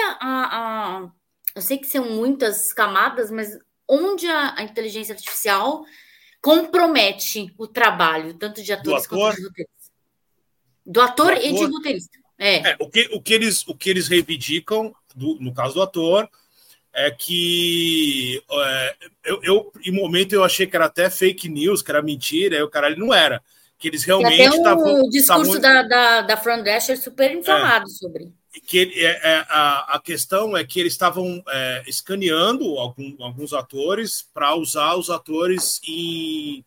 [SPEAKER 1] eu sei que são muitas camadas, mas onde a inteligência artificial compromete o trabalho, tanto de atores quanto de roteiristas. Do ator e de roteirista.
[SPEAKER 4] O que eles reivindicam, no caso do ator, é que em momento eu achei que era até fake news, que era mentira, aí o caralho não era. Que eles realmente
[SPEAKER 1] estavam... o discurso da Fran Drescher super inflamado sobre.
[SPEAKER 4] Que a questão é que eles estavam escaneando alguns atores para usar os atores em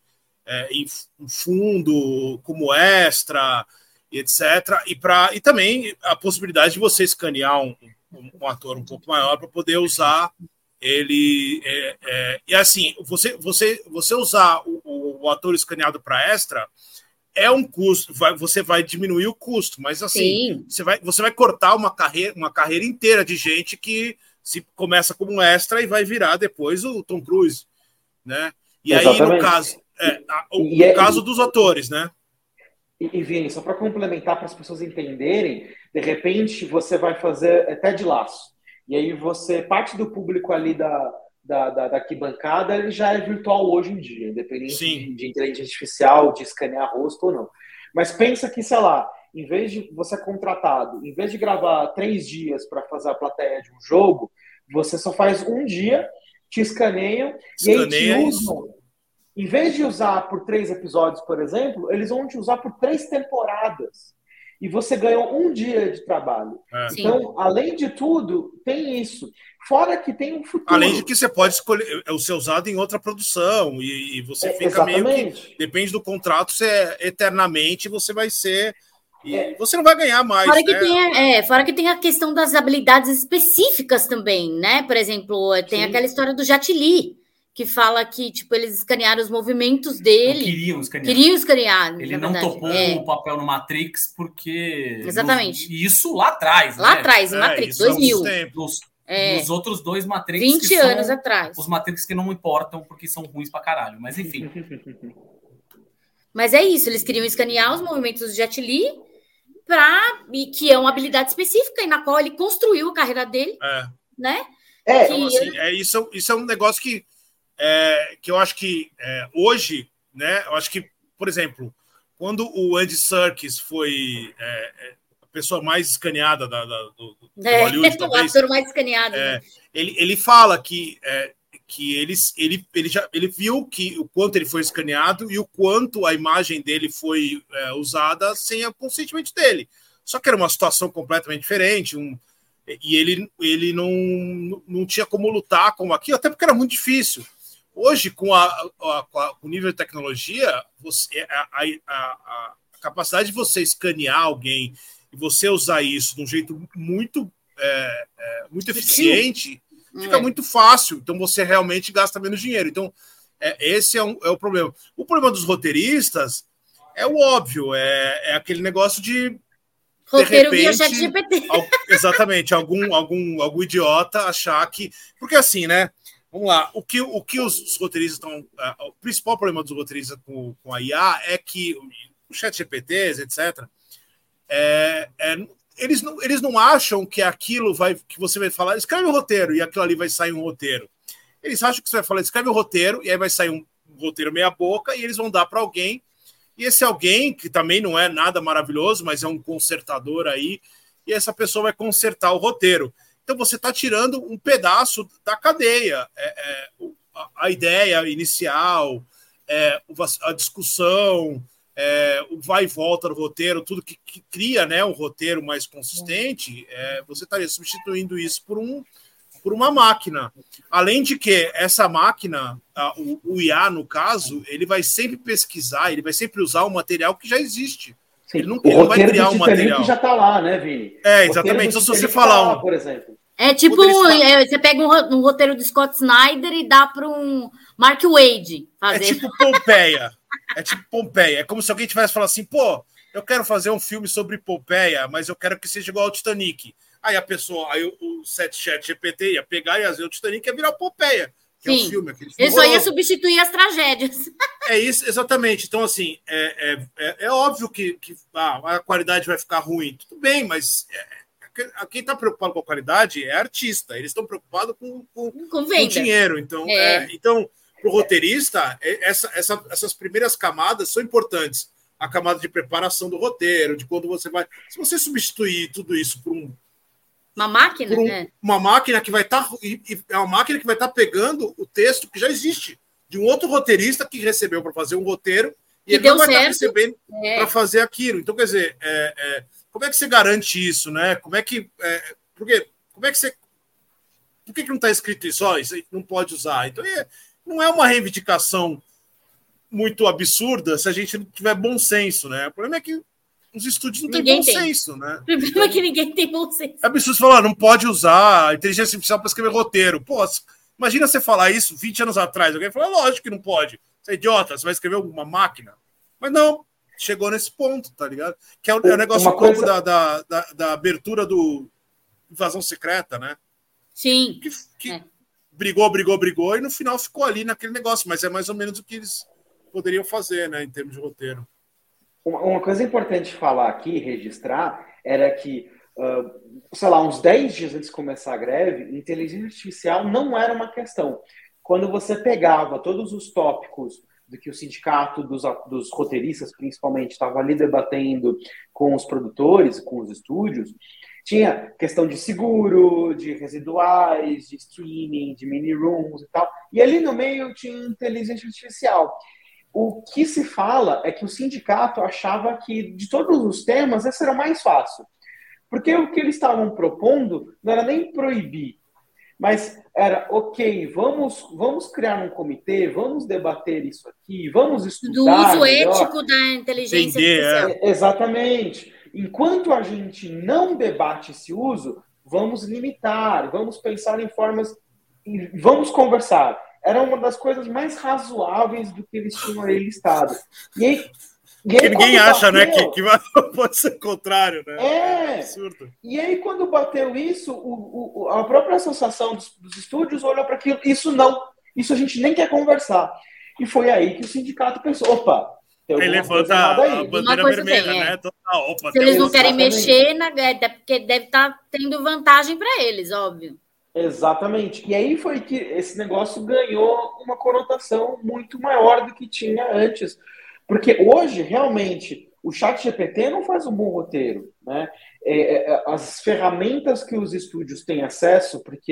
[SPEAKER 4] fundo, como extra, etc. E também a possibilidade de você escanear um ator um pouco maior para poder usar ele. E assim, você usar o ator escaneado para extra é um custo, você vai diminuir o custo, mas assim, você vai cortar uma carreira inteira de gente que se começa como um extra e vai virar depois o Tom Cruise, né? E exatamente. Aí, no caso, o caso dos atores, né?
[SPEAKER 3] E Vini, só para complementar, para as pessoas entenderem, de repente você vai fazer até de laço. E aí parte do público ali da arquibancada ele já é virtual hoje em dia, independente de inteligência artificial, de escanear rosto ou não. Mas pensa que, sei lá, em vez de você ser contratado, em vez de gravar 3 dias para fazer a plateia de um jogo, você só faz um dia, te escaneiam e aí te usam. Em vez de usar por 3 episódios, por exemplo, eles vão te usar por 3 temporadas. E você ganhou um dia de trabalho. Então, além de tudo, tem isso. Fora que tem um futuro.
[SPEAKER 4] Além de que você pode escolher ser usado em outra produção. E você fica meio que... Depende do contrato, eternamente você vai ser... E você não vai ganhar mais.
[SPEAKER 1] Fora que tem a questão das habilidades específicas também, né? Por exemplo, tem aquela história do Jet Li, que fala que, tipo, eles escanearam os movimentos dele. Queriam escanear.
[SPEAKER 5] Ele não topou o papel no Matrix porque...
[SPEAKER 1] Exatamente.
[SPEAKER 5] Isso lá atrás,
[SPEAKER 1] Lá atrás, em Matrix, 2000.
[SPEAKER 5] Nos outros 2 Matrix...
[SPEAKER 1] 20 anos atrás.
[SPEAKER 5] Os Matrix que não importam porque são ruins pra caralho, mas enfim.
[SPEAKER 1] Mas é isso, eles queriam escanear os movimentos do Jet Li que é uma habilidade específica e na qual ele construiu a carreira dele, né?
[SPEAKER 4] Então, assim, isso é um negócio que eu acho que hoje, né? Eu acho que, por exemplo, quando o Andy Serkis foi a pessoa mais escaneada do Hollywood, talvez,
[SPEAKER 1] o ator mais escaneado.
[SPEAKER 4] Ele fala que que ele viu que o quanto ele foi escaneado e o quanto a imagem dele foi usada sem o consentimento dele. Só que era uma situação completamente diferente, e ele não tinha como lutar com aquilo, até porque era muito difícil. Hoje, com o nível de tecnologia, a capacidade de você escanear alguém e você usar isso de um jeito muito eficiente, fica muito fácil. Então, você realmente gasta menos dinheiro. Então, esse é o problema. O problema dos roteiristas é o óbvio, é aquele negócio de
[SPEAKER 1] roteiro via ChatGPT.
[SPEAKER 4] Exatamente, algum idiota achar que... Porque assim, né? Vamos lá, o que os roteiristas estão... O principal problema dos roteiristas com a IA é que os ChatGPTs, etc., eles não acham que aquilo que você vai falar, escreve um roteiro, e aquilo ali vai sair um roteiro. Eles acham que você vai falar, escreve um roteiro, e aí vai sair um roteiro meia boca, e eles vão dar para alguém. E esse alguém, que também não é nada maravilhoso, mas é um consertador aí, e essa pessoa vai consertar o roteiro. Então você está tirando um pedaço da cadeia. A ideia inicial, a discussão, o vai e volta do roteiro, tudo que cria, né, um roteiro mais consistente, você estaria substituindo isso por uma máquina. Além de que essa máquina, o IA, no caso, ele vai sempre pesquisar, ele vai sempre usar o material que já existe.
[SPEAKER 3] Sim.
[SPEAKER 4] Ele não vai criar um material.
[SPEAKER 3] Já está lá, né, Vini?
[SPEAKER 4] Exatamente. Então, se você falar
[SPEAKER 3] por exemplo.
[SPEAKER 1] É tipo, você pega um roteiro do Scott Snyder e dá para um Mark Waid fazer.
[SPEAKER 4] É tipo Pompeia. É como se alguém tivesse falado assim, pô, eu quero fazer um filme sobre Pompeia, mas eu quero que seja igual ao Titanic. Aí o ChatGPT ia pegar e ia fazer o Titanic e ia virar Pompeia, que
[SPEAKER 1] Sim.
[SPEAKER 4] é o filme.
[SPEAKER 1] Ele só ia substituir as tragédias.
[SPEAKER 4] É isso, exatamente. Então, assim, é óbvio que a qualidade vai ficar ruim. Tudo bem, mas quem está preocupado com a qualidade é artista. Eles estão preocupados com dinheiro. Então, para o roteirista, essas primeiras camadas são importantes. A camada de preparação do roteiro, de quando você vai... Se você substituir tudo isso por
[SPEAKER 1] uma máquina,
[SPEAKER 4] uma máquina que vai estar... É uma máquina que vai estar pegando o texto que já existe, de um outro roteirista que recebeu para fazer um roteiro e ele não vai estar recebendo para fazer aquilo. Então, quer dizer, como é que você garante isso, né? Como é que você... Por que não está escrito isso? Isso aí não pode usar. Então, não é uma reivindicação muito absurda se a gente não tiver bom senso, né? O problema é que os estúdios não têm bom senso, né?
[SPEAKER 1] O problema é que ninguém tem bom senso.
[SPEAKER 4] É absurdo falar, não pode usar a inteligência artificial para escrever roteiro. Pô, imagina você falar isso 20 anos atrás. Alguém fala, lógico que não pode. Você é idiota, você vai escrever alguma máquina. Mas não, chegou nesse ponto, tá ligado? Que é o negócio pouco da abertura do Invasão Secreta, né?
[SPEAKER 1] Sim.
[SPEAKER 4] Que brigou e no final ficou ali naquele negócio. Mas é mais ou menos o que eles poderiam fazer, né, em termos de roteiro.
[SPEAKER 3] Uma coisa importante falar aqui, registrar, era que, sei lá, uns 10 dias antes de começar a greve, inteligência artificial não era uma questão. Quando você pegava todos os tópicos do que o sindicato dos roteiristas, principalmente, estava ali debatendo com os produtores, com os estúdios, tinha questão de seguro, de residuais, de streaming, de mini-rooms e tal. E ali no meio tinha inteligência artificial. O que se fala é que o sindicato achava que, de todos os temas, esse era o mais fácil. Porque o que eles estavam propondo não era nem proibir, mas era, ok, vamos criar um comitê, vamos debater isso aqui, vamos estudar...
[SPEAKER 1] Do uso ético da inteligência artificial.
[SPEAKER 3] Exatamente. Enquanto a gente não debate esse uso, vamos limitar, vamos pensar em formas... Vamos conversar. Era uma das coisas mais razoáveis do que eles tinham aí listado. E aí
[SPEAKER 4] ninguém acha, né, que pode ser o contrário, né?
[SPEAKER 3] É absurdo. E aí, quando bateu isso, a própria associação dos estúdios olhou para aquilo. Isso a gente nem quer conversar. E foi aí que o sindicato pensou, opa,
[SPEAKER 4] ele levanta a bandeira vermelha, né?
[SPEAKER 1] Opa, se eles não querem mexer, é porque deve estar tendo vantagem para eles, óbvio.
[SPEAKER 3] Exatamente. E aí foi que esse negócio ganhou uma conotação muito maior do que tinha antes. Porque hoje, realmente, o ChatGPT não faz um bom roteiro, né? As ferramentas que os estúdios têm acesso, porque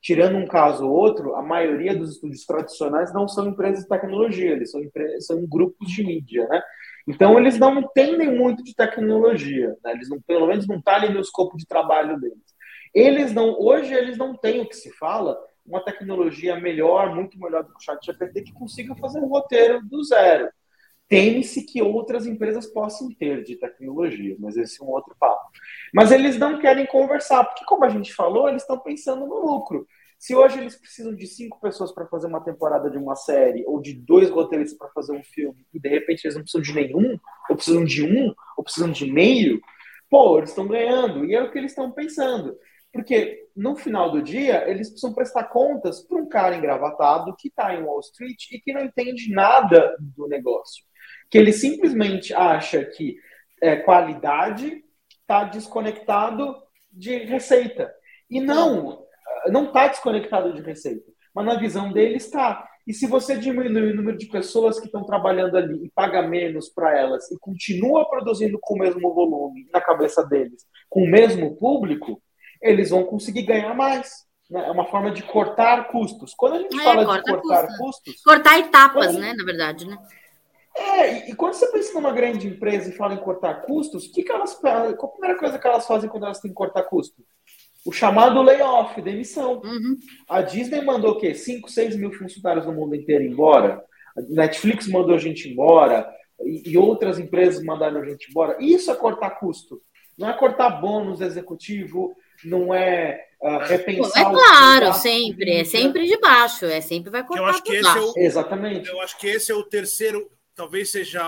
[SPEAKER 3] tirando um caso ou outro, a maioria dos estúdios tradicionais não são empresas de tecnologia, eles são grupos de mídia, né? Então, eles não entendem muito de tecnologia, né? Eles não, pelo menos não está ali no escopo de trabalho deles. Hoje eles não têm o que se fala, uma tecnologia melhor, muito melhor do que o ChatGPT, que consiga fazer um roteiro do zero. Teme-se que outras empresas possam ter de tecnologia, mas esse é um outro papo. Mas eles não querem conversar, porque, como a gente falou, eles estão pensando no lucro. Se hoje eles precisam de 5 pessoas para fazer uma temporada de uma série, ou de 2 roteiristas para fazer um filme, e de repente eles não precisam de nenhum, ou precisam de um, ou precisam de meio, pô, eles estão ganhando. E é o que eles estão pensando. Porque, no final do dia, eles precisam prestar contas para um cara engravatado que está em Wall Street e que não entende nada do negócio. Que ele simplesmente acha que qualidade está desconectado de receita. E não está desconectado de receita. Mas na visão dele está. E se você diminui o número de pessoas que estão trabalhando ali e paga menos para elas e continua produzindo com o mesmo volume na cabeça deles, com o mesmo público, eles vão conseguir ganhar mais. Né? É uma forma de cortar custos. Quando a gente fala de cortar custos...
[SPEAKER 1] Cortar etapas, né? Na verdade, né?
[SPEAKER 3] E quando você pensa numa grande empresa e fala em cortar custos, qual a primeira coisa que elas fazem quando elas têm que cortar custo? O chamado layoff, demissão.
[SPEAKER 1] Uhum.
[SPEAKER 3] A Disney mandou o quê? 5, 6 mil funcionários no mundo inteiro embora. A Netflix mandou a gente embora. E outras empresas mandaram a gente embora. Isso é cortar custo. Não é cortar bônus executivo, não é repensar...
[SPEAKER 1] É claro, sempre. É sempre de baixo. Sempre vai cortar.
[SPEAKER 4] Eu acho que esse
[SPEAKER 3] Exatamente.
[SPEAKER 4] Eu acho que esse é o terceiro, talvez seja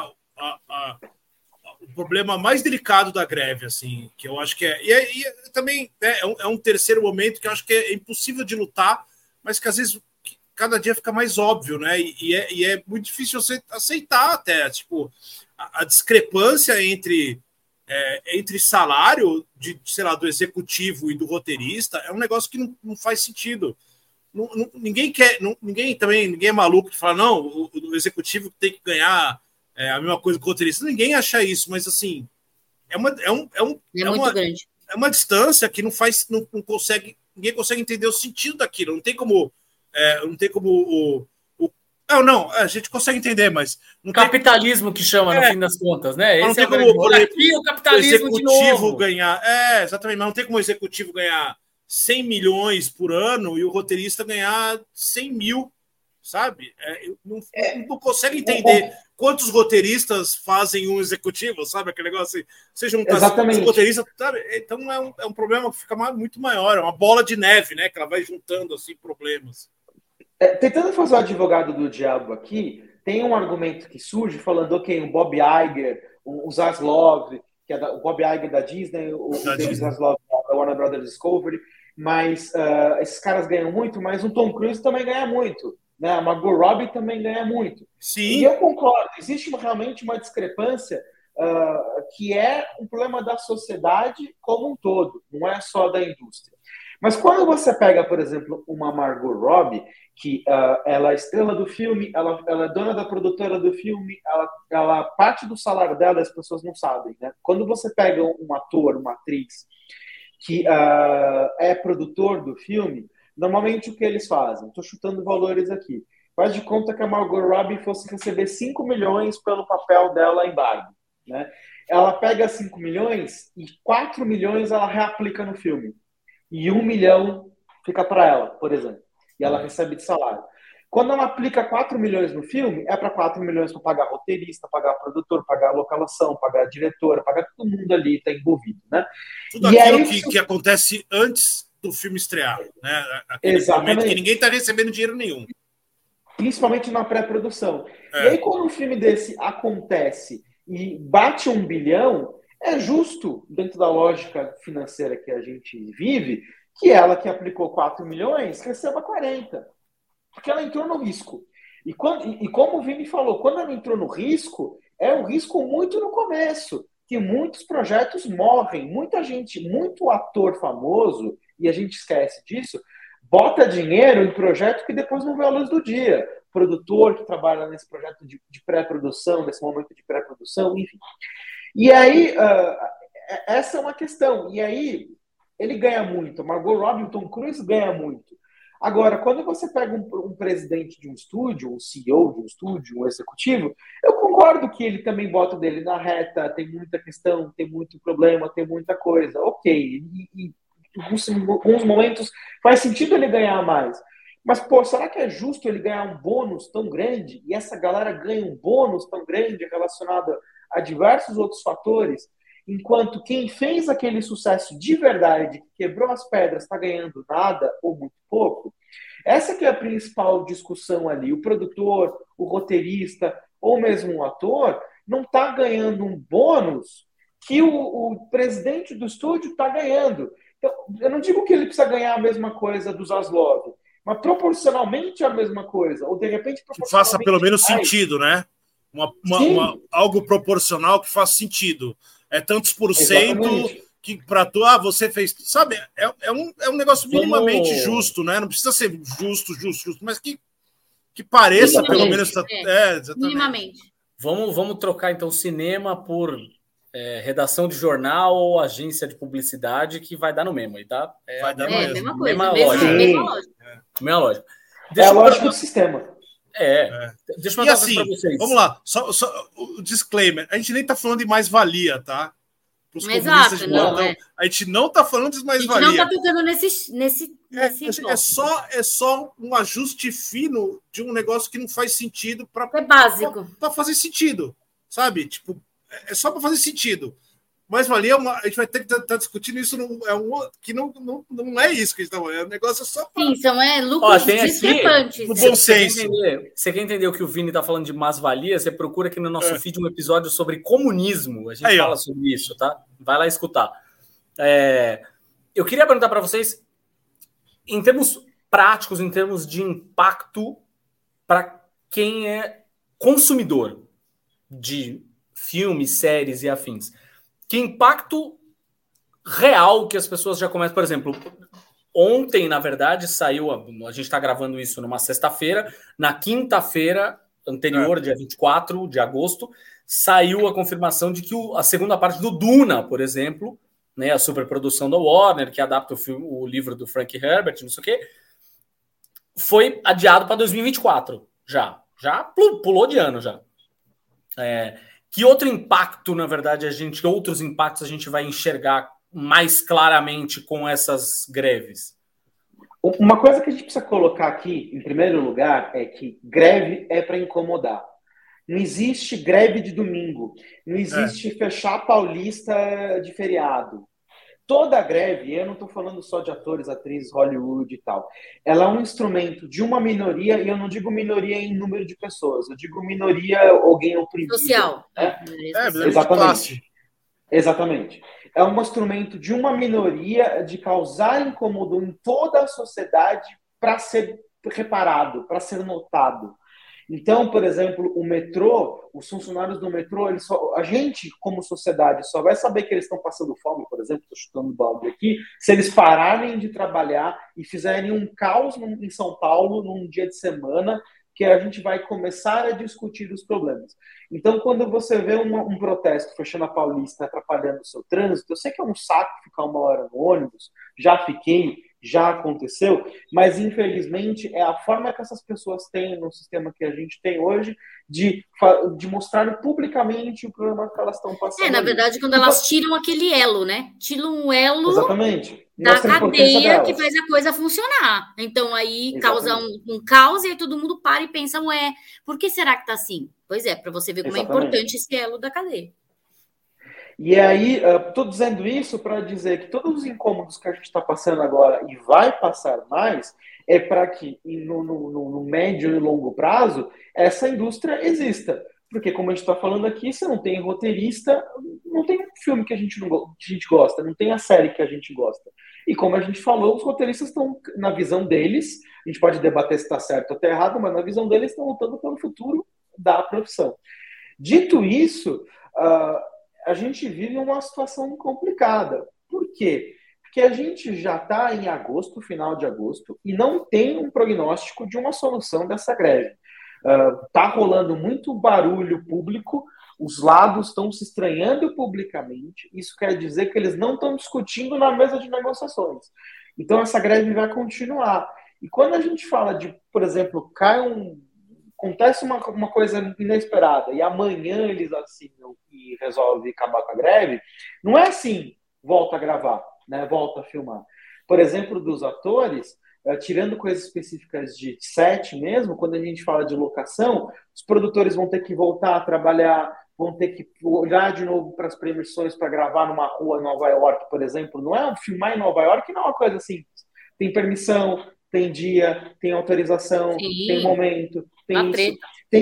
[SPEAKER 4] o problema mais delicado da greve, assim, que eu acho que e também é um terceiro momento que eu acho que é impossível de lutar, mas que às vezes cada dia fica mais óbvio, né? E é muito difícil você aceitar até, tipo, a discrepância entre salário sei lá, do executivo e do roteirista é um negócio que não faz sentido. Ninguém é maluco de falar, não, o executivo tem que ganhar a mesma coisa que o roteirista. Ninguém acha isso, mas assim, é uma distância que não consegue, ninguém consegue entender o sentido daquilo. Não tem como a gente consegue entender, mas
[SPEAKER 5] não capitalismo que chama no fim das contas, né?
[SPEAKER 4] Não tem como o capitalismo o executivo ganhar, exatamente, mas não tem como o executivo ganhar 100 milhões por ano e o roteirista ganhar 100 mil, sabe? Não consegue entender quantos roteiristas fazem um executivo, sabe? Aquele negócio assim, você juntar os roteiristas, sabe? Então é um problema que fica muito maior, é uma bola de neve, né? Que ela vai juntando assim problemas.
[SPEAKER 3] Tentando fazer o advogado do diabo aqui, tem um argumento que surge falando, ok, o Bob Iger, o Zaslav, que é o Bob Iger da Disney, o David Zaslav da Warner Brothers Discovery, mas esses caras ganham muito, mas o Tom Cruise também ganha muito, né? A Margot Robbie também ganha muito.
[SPEAKER 4] Sim.
[SPEAKER 3] E eu concordo, existe realmente uma discrepância que é um problema da sociedade como um todo, não é só da indústria. Mas quando você pega, por exemplo, uma Margot Robbie, que ela é estrela do filme, ela é dona da produtora do filme, ela parte do salário dela as pessoas não sabem, né? Quando você pega um ator, uma atriz que é produtor do filme, normalmente o que eles fazem? Estou chutando valores aqui. Faz de conta que a Margot Robbie fosse receber 5 milhões pelo papel dela em Barbie, né? Ela pega 5 milhões e 4 milhões ela reaplica no filme. E 1 milhão fica para ela, por exemplo. E ela recebe de salário. Quando ela aplica 4 milhões no filme, é para 4 milhões para pagar roteirista, pagar produtor, pagar localização, pagar diretora, pagar todo mundo ali está envolvido, né?
[SPEAKER 4] Tudo aquilo que acontece antes do filme estrear, né? Aquele momento que ninguém está recebendo dinheiro nenhum.
[SPEAKER 3] Principalmente na pré-produção. E aí, quando um filme desse acontece e bate 1 bilhão, é justo, dentro da lógica financeira que a gente vive, que ela que aplicou 4 milhões receba 40. Porque ela entrou no risco. E como o Vini falou, quando ela entrou no risco, é um risco muito no começo, que muitos projetos morrem. Muita gente, muito ator famoso, e a gente esquece disso, bota dinheiro em projeto que depois não vê a luz do dia. Produtor que trabalha nesse projeto de pré-produção, nesse momento de pré-produção, enfim. E aí, essa é uma questão. E aí, ele ganha muito. Margot Robbie, Tom Cruise ganha muito. Agora, quando você pega um presidente de um estúdio, um CEO de um estúdio, um executivo, eu concordo que ele também bota o dele na reta, tem muita questão, tem muito problema, tem muita coisa. Ok, e em alguns momentos faz sentido ele ganhar mais. Mas, pô, será que é justo ele ganhar um bônus tão grande e essa galera ganha um bônus tão grande relacionado a diversos outros fatores, enquanto quem fez aquele sucesso de verdade, que quebrou as pedras, está ganhando nada ou muito pouco? Essa que é a principal discussão ali. O produtor, o roteirista ou mesmo um ator não está ganhando um bônus que o presidente do estúdio está ganhando. Então, eu não digo que ele precisa ganhar a mesma coisa do Zaslav, mas proporcionalmente a mesma coisa. Ou, de repente,
[SPEAKER 4] que faça pelo menos sentido, né? Algo proporcional que faça sentido. É tantos por cento que para tu, você fez. Sabe, é um negócio minimamente justo, né? Não precisa ser justo, mas que pareça pelo menos.
[SPEAKER 1] Exatamente. Minimamente.
[SPEAKER 5] Vamos trocar então cinema por redação de jornal ou agência de publicidade, que vai dar no mesmo. E tá,
[SPEAKER 4] vai dar no mesmo.
[SPEAKER 1] Mesma coisa, mesma lógica.
[SPEAKER 3] É a lógica do sistema.
[SPEAKER 5] Deixa eu mandar para vocês.
[SPEAKER 4] Vamos lá, só o disclaimer. A gente nem tá falando de mais-valia, tá?
[SPEAKER 1] Exato, não.
[SPEAKER 4] A gente não tá falando de mais-valia.
[SPEAKER 1] A gente não tá tocando nesse
[SPEAKER 4] é só um ajuste fino de um negócio que não faz sentido para.
[SPEAKER 1] É básico.
[SPEAKER 4] Para fazer sentido, sabe? Tipo, é só para fazer sentido. Mais-valia, a gente vai ter que estar discutindo isso, que não é isso que a gente está falando, é um negócio só para...
[SPEAKER 1] Sim, são lucros discrepantes.
[SPEAKER 4] No bom senso.
[SPEAKER 5] Você quer entender o que o Vini está falando de mais-valia? Você procura aqui no nosso feed um episódio sobre comunismo. A gente fala sobre isso, tá? Vai lá escutar. Eu queria perguntar para vocês, em termos práticos, em termos de impacto para quem é consumidor de filmes, séries e afins. Que impacto real que as pessoas já começam? Por exemplo, ontem, na verdade, saiu... A gente está gravando isso numa sexta-feira. Na quinta-feira anterior, dia 24 de agosto, saiu a confirmação de que a segunda parte do Duna, por exemplo, né, a superprodução da Warner, que adapta o livro do Frank Herbert, não sei o quê, foi adiado para 2024. Já pulou de ano já. Que outro impacto, na verdade, outros impactos a gente vai enxergar mais claramente com essas greves?
[SPEAKER 3] Uma coisa que a gente precisa colocar aqui, em primeiro lugar, é que greve é para incomodar. Não existe greve de domingo. Não existe fechar a Paulista de feriado. Toda greve, eu não estou falando só de atores, atrizes, Hollywood e tal, ela é um instrumento de uma minoria, e eu não digo minoria em número de pessoas, eu digo minoria, alguém oprimido.
[SPEAKER 1] Social.
[SPEAKER 3] Exatamente. É um instrumento de uma minoria de causar incômodo em toda a sociedade para ser reparado, para ser notado. Então, por exemplo, o metrô, os funcionários do metrô, a gente, como sociedade, só vai saber que eles estão passando fome, por exemplo, estou chutando balde aqui, se eles pararem de trabalhar e fizerem um caos em São Paulo num dia de semana, que a gente vai começar a discutir os problemas. Então, quando você vê um protesto fechando a Paulista, atrapalhando o seu trânsito, eu sei que é um saco ficar 1 hora no ônibus, já fiquei, já aconteceu, mas infelizmente é a forma que essas pessoas têm no sistema que a gente tem hoje de mostrar publicamente o problema que elas estão passando.
[SPEAKER 1] Na verdade, quando elas tiram aquele elo, né? Tiram um elo
[SPEAKER 3] Exatamente.
[SPEAKER 1] Da cadeia que faz a coisa funcionar. Então aí causa um caos e aí todo mundo para e pensa, por que será que tá assim? Pois é, para você ver como é importante esse elo da cadeia.
[SPEAKER 3] E aí, estou dizendo isso para dizer que todos os incômodos que a gente está passando agora e vai passar mais, é para que no médio e longo prazo essa indústria exista. Porque, como a gente está falando aqui, se não tem roteirista, não tem filme que a gente gosta, não tem a série que a gente gosta. E como a gente falou, os roteiristas estão, na visão deles, a gente pode debater se está certo ou está errado, mas na visão deles estão lutando pelo futuro da profissão. Dito isso, a gente vive uma situação complicada. Por quê? Porque a gente já está em agosto, final de agosto, e não tem um prognóstico de uma solução dessa greve. Está rolando muito barulho público, os lados estão se estranhando publicamente, isso quer dizer que eles não estão discutindo na mesa de negociações. Então essa greve vai continuar. E quando a gente fala de, por exemplo, acontece uma coisa inesperada e amanhã eles assinam e resolvem acabar com a greve, não é assim, volta a gravar, né? Volta a filmar. Por exemplo, dos atores, tirando coisas específicas de set mesmo, quando a gente fala de locação, os produtores vão ter que voltar a trabalhar, vão ter que olhar de novo para as permissões para gravar numa rua em Nova York, por exemplo. Não é filmar em Nova York, não é uma coisa simples. Tem permissão, tem dia, tem autorização, Sim. Tem momento, tem isso.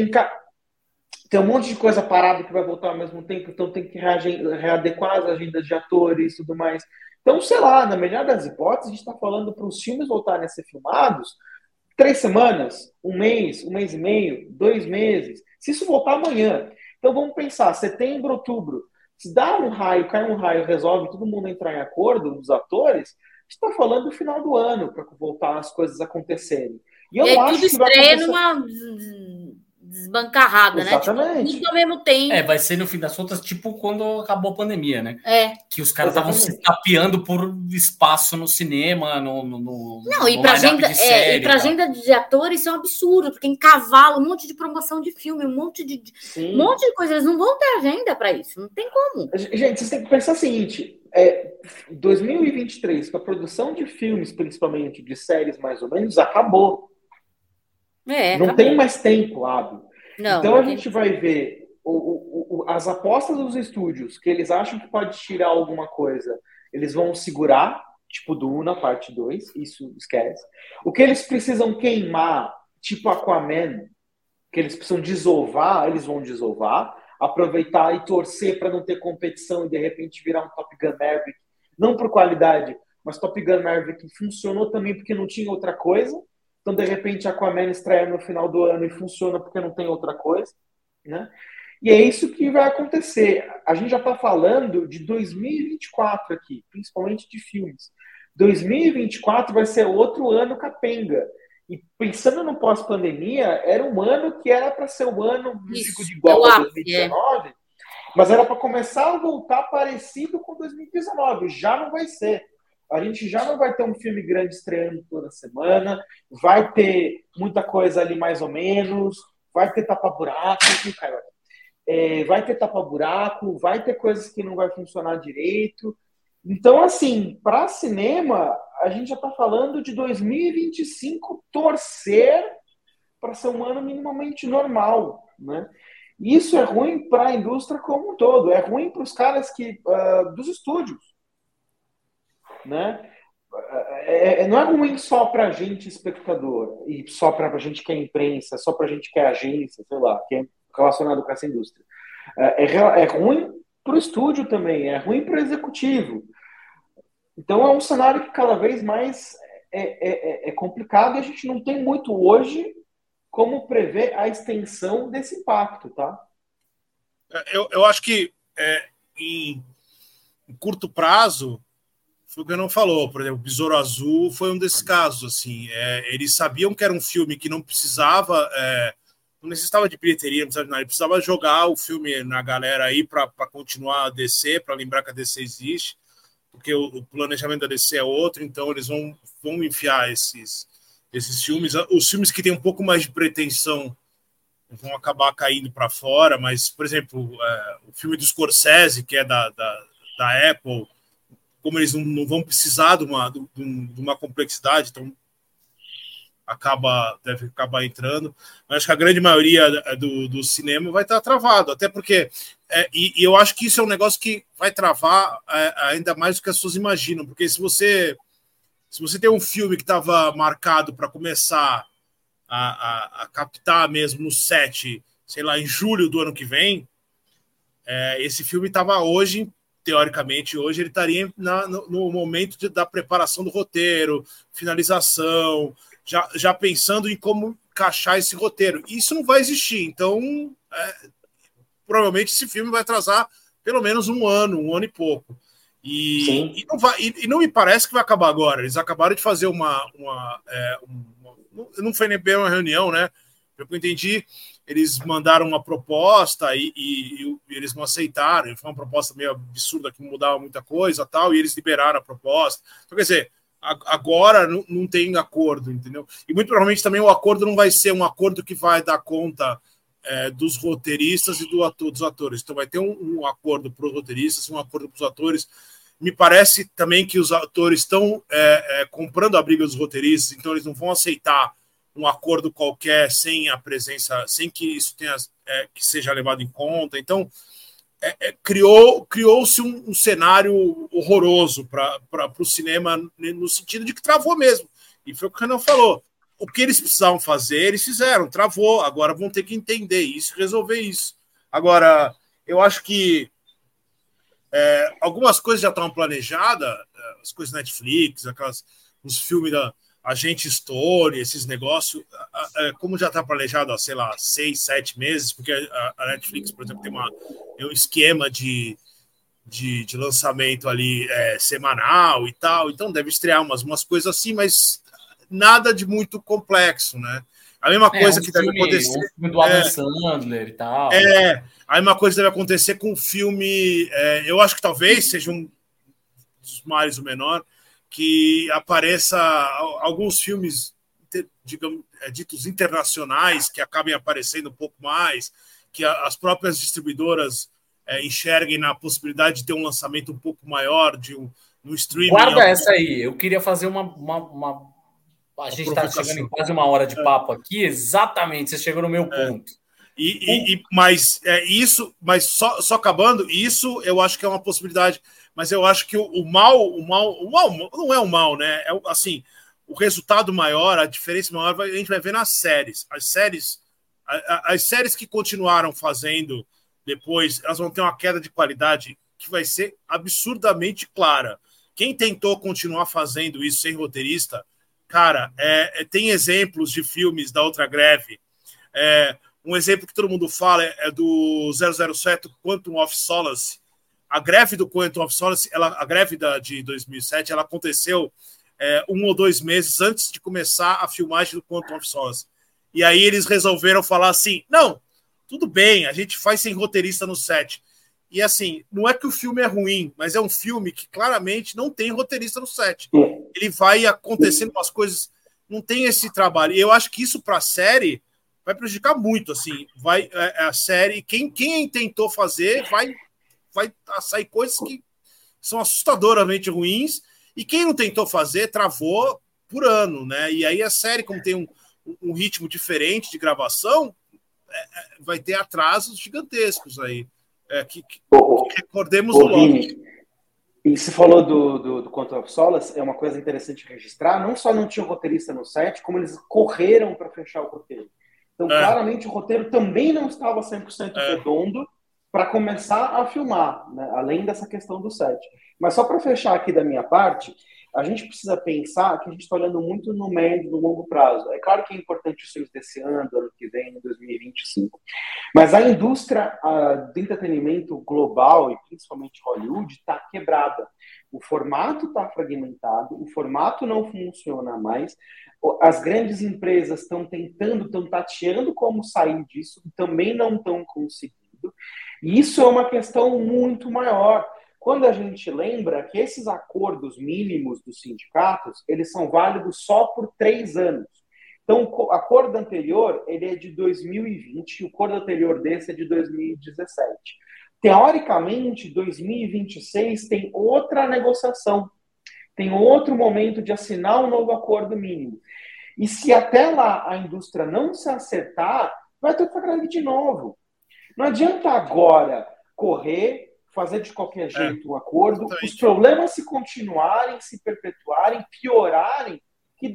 [SPEAKER 3] Tem um monte de coisa parada que vai voltar ao mesmo tempo, então tem que readequar as agendas de atores e tudo mais. Então, sei lá, na melhor das hipóteses, a gente está falando para os filmes voltarem a ser filmados 3 semanas, 1 mês, 1 mês e meio, 2 meses. Se isso voltar amanhã. Então, vamos pensar, setembro, outubro. Se dá um raio, cai um raio, resolve todo mundo entrar em acordo, dos atores, a gente está falando do final do ano para voltar as coisas acontecerem.
[SPEAKER 1] E eu acho tudo que vai acontecer numa desbancarrada,
[SPEAKER 3] Exatamente.
[SPEAKER 1] Né? Tipo, tudo ao mesmo tempo.
[SPEAKER 5] Vai ser no fim das contas, tipo quando acabou a pandemia, né?
[SPEAKER 1] Que
[SPEAKER 5] os caras estavam se tapeando por espaço no cinema,
[SPEAKER 1] Não, e para agenda de atores isso é um absurdo, porque encavalo um monte de promoção de filme, um monte de coisa. Eles não vão ter agenda para isso, não tem como.
[SPEAKER 3] Gente, vocês têm que pensar o seguinte: 2023, com a produção de filmes, principalmente de séries mais ou menos, acabou. Não tem mais tempo hábil. Então a gente vai ver as apostas dos estúdios, que eles acham que pode tirar alguma coisa, eles vão segurar, tipo Duna, parte 2, isso esquece. O que eles precisam queimar, tipo Aquaman, que eles precisam desovar, eles vão desovar, aproveitar e torcer para não ter competição e de repente virar um Top Gun Maverick, não por qualidade, mas Top Gun Maverick funcionou também porque não tinha outra coisa. Então, de repente, Aquaman estreia no final do ano e funciona porque não tem outra coisa, né? E é isso que vai acontecer. A gente já está falando de 2024 aqui, principalmente de filmes. 2024 vai ser outro ano capenga. E pensando no pós-pandemia, era um ano que era para ser um ano, não digo de igual a 2019, mas era para começar a voltar parecido com 2019. Já não vai ser. A gente já não vai ter um filme grande estreando toda semana, vai ter muita coisa ali mais ou menos, vai ter tapa-buraco, vai ter tapa-buraco, vai ter coisas que não vai funcionar direito. Então, assim, para cinema, a gente já está falando de 2025 torcer para ser um ano minimamente normal, né? E isso é ruim para a indústria como um todo, é ruim para os caras dos estúdios. Né? Não é ruim só para a gente espectador e só para a gente que é imprensa, só para a gente que é agência, sei lá, que é relacionado com essa indústria. É ruim para o estúdio também, é ruim para o executivo. Então é um cenário que cada vez mais é complicado e a gente não tem muito hoje como prever a extensão desse impacto, tá?
[SPEAKER 4] Eu acho que em curto prazo foi o que não falou, por exemplo, Besouro Azul foi um desses casos, assim, eles sabiam que era um filme que não precisava, não necessitava de bilheteria, não precisava de nada, ele precisava jogar o filme na galera aí para continuar a DC, para lembrar que a DC existe, porque o planejamento da DC é outro, então eles vão enfiar esses filmes, os filmes que têm um pouco mais de pretensão vão acabar caindo para fora, mas, por exemplo, o filme do Scorsese, que é da Apple, como eles não vão precisar de uma complexidade, então deve acabar entrando. Mas acho que a grande maioria do cinema vai estar travado, até porque e eu acho que isso é um negócio que vai travar ainda mais do que as pessoas imaginam, porque se você tem um filme que estava marcado para começar a captar mesmo no set, sei lá, em julho do ano que vem, esse filme estava hoje, teoricamente, hoje ele estaria no momento da preparação do roteiro, finalização, já pensando em como encaixar esse roteiro. Isso não vai existir, então provavelmente esse filme vai atrasar pelo menos um ano e pouco. E não me parece que vai acabar agora. Eles acabaram de fazer não foi nem bem uma reunião, né? Pelo que eu entendi, eles mandaram uma proposta e eles não aceitaram. Foi uma proposta meio absurda que mudava muita coisa, tal, e eles liberaram a proposta. Então, quer dizer, agora não tem acordo, entendeu? E muito provavelmente também o acordo não vai ser um acordo que vai dar conta dos roteiristas e dos atores. Então vai ter um acordo para os roteiristas, um acordo para os atores. Me parece também que os atores estão comprando a briga dos roteiristas, então eles não vão aceitar um acordo qualquer sem a presença, sem que isso tenha que seja levado em conta. Então criou-se um cenário horroroso para o cinema, no sentido de que travou mesmo. E foi o que o Renan falou. O que eles precisavam fazer, eles fizeram, travou. Agora vão ter que entender isso, resolver isso. Agora, eu acho que algumas coisas já estavam planejadas, as coisas Netflix, os filmes da Agente Stone, esses negócios, como já está planejado há, sei lá, 6, 7 meses, porque a Netflix, por exemplo, tem um esquema de lançamento ali semanal e tal, então deve estrear umas coisas assim, mas nada de muito complexo, né? A mesma coisa que deve acontecer...
[SPEAKER 5] O filme do Adam Sandler e tal.
[SPEAKER 4] A mesma coisa deve acontecer com o filme... eu acho que talvez seja um dos maiores ou menor, que apareça alguns filmes, digamos, ditos internacionais, que acabem aparecendo um pouco mais, que as próprias distribuidoras enxerguem na possibilidade de ter um lançamento um pouco maior no streaming.
[SPEAKER 5] Guarda essa aí, eu queria fazer a gente está chegando em quase uma hora de papo aqui, exatamente, você chegou no meu ponto.
[SPEAKER 4] Mas só acabando, isso eu acho que é uma possibilidade, mas eu acho que o mal não é o mal, né? Assim, o resultado maior, a diferença maior, a gente vai ver nas séries. As séries que continuaram fazendo depois, elas vão ter uma queda de qualidade que vai ser absurdamente clara. Quem tentou continuar fazendo isso sem roteirista, cara, tem exemplos de filmes da outra greve. Um exemplo que todo mundo fala é do 007 Quantum of Solace. A greve do Quantum of Solace, a greve de 2007, ela aconteceu 1 ou 2 meses antes de começar a filmagem do Quantum of Solace. E aí eles resolveram falar assim, não, tudo bem, a gente faz sem roteirista no set. E assim, não é que o filme é ruim, mas é um filme que claramente não tem roteirista no set. Ele vai acontecendo umas coisas, não tem esse trabalho. E eu acho que isso para a série vai prejudicar muito, assim, a série, quem tentou fazer vai sair coisas que são assustadoramente ruins, e quem não tentou fazer travou por ano, né? E aí a série, como tem um ritmo diferente de gravação, vai ter atrasos gigantescos aí. Que recordemos o Loki.
[SPEAKER 3] E você falou do Quantum of Solace, é uma coisa interessante registrar, não só não tinha roteirista no set, como eles correram para fechar o roteiro. Então, claramente, o roteiro também não estava 100% redondo para começar a filmar, né? Além dessa questão do set. Mas só para fechar aqui da minha parte, a gente precisa pensar que a gente está olhando muito no médio e no longo prazo. É claro que é importante os filmes desse ano que vem, em 2025. Mas a indústria do entretenimento global, e principalmente Hollywood, está quebrada. O formato está fragmentado, o formato não funciona mais. As grandes empresas estão tateando como sair disso, também não estão conseguindo. E isso é uma questão muito maior. Quando a gente lembra que esses acordos mínimos dos sindicatos, eles são válidos só por 3 anos. Então, o acordo anterior, ele é de 2020, e o acordo anterior desse é de 2017. Teoricamente, 2026 tem outra negociação, tem outro momento de assinar um novo acordo mínimo. E se até lá a indústria não se acertar, vai ter outra greve de novo. Não adianta agora correr, fazer de qualquer jeito um acordo, os problemas se continuarem, se perpetuarem, piorarem, que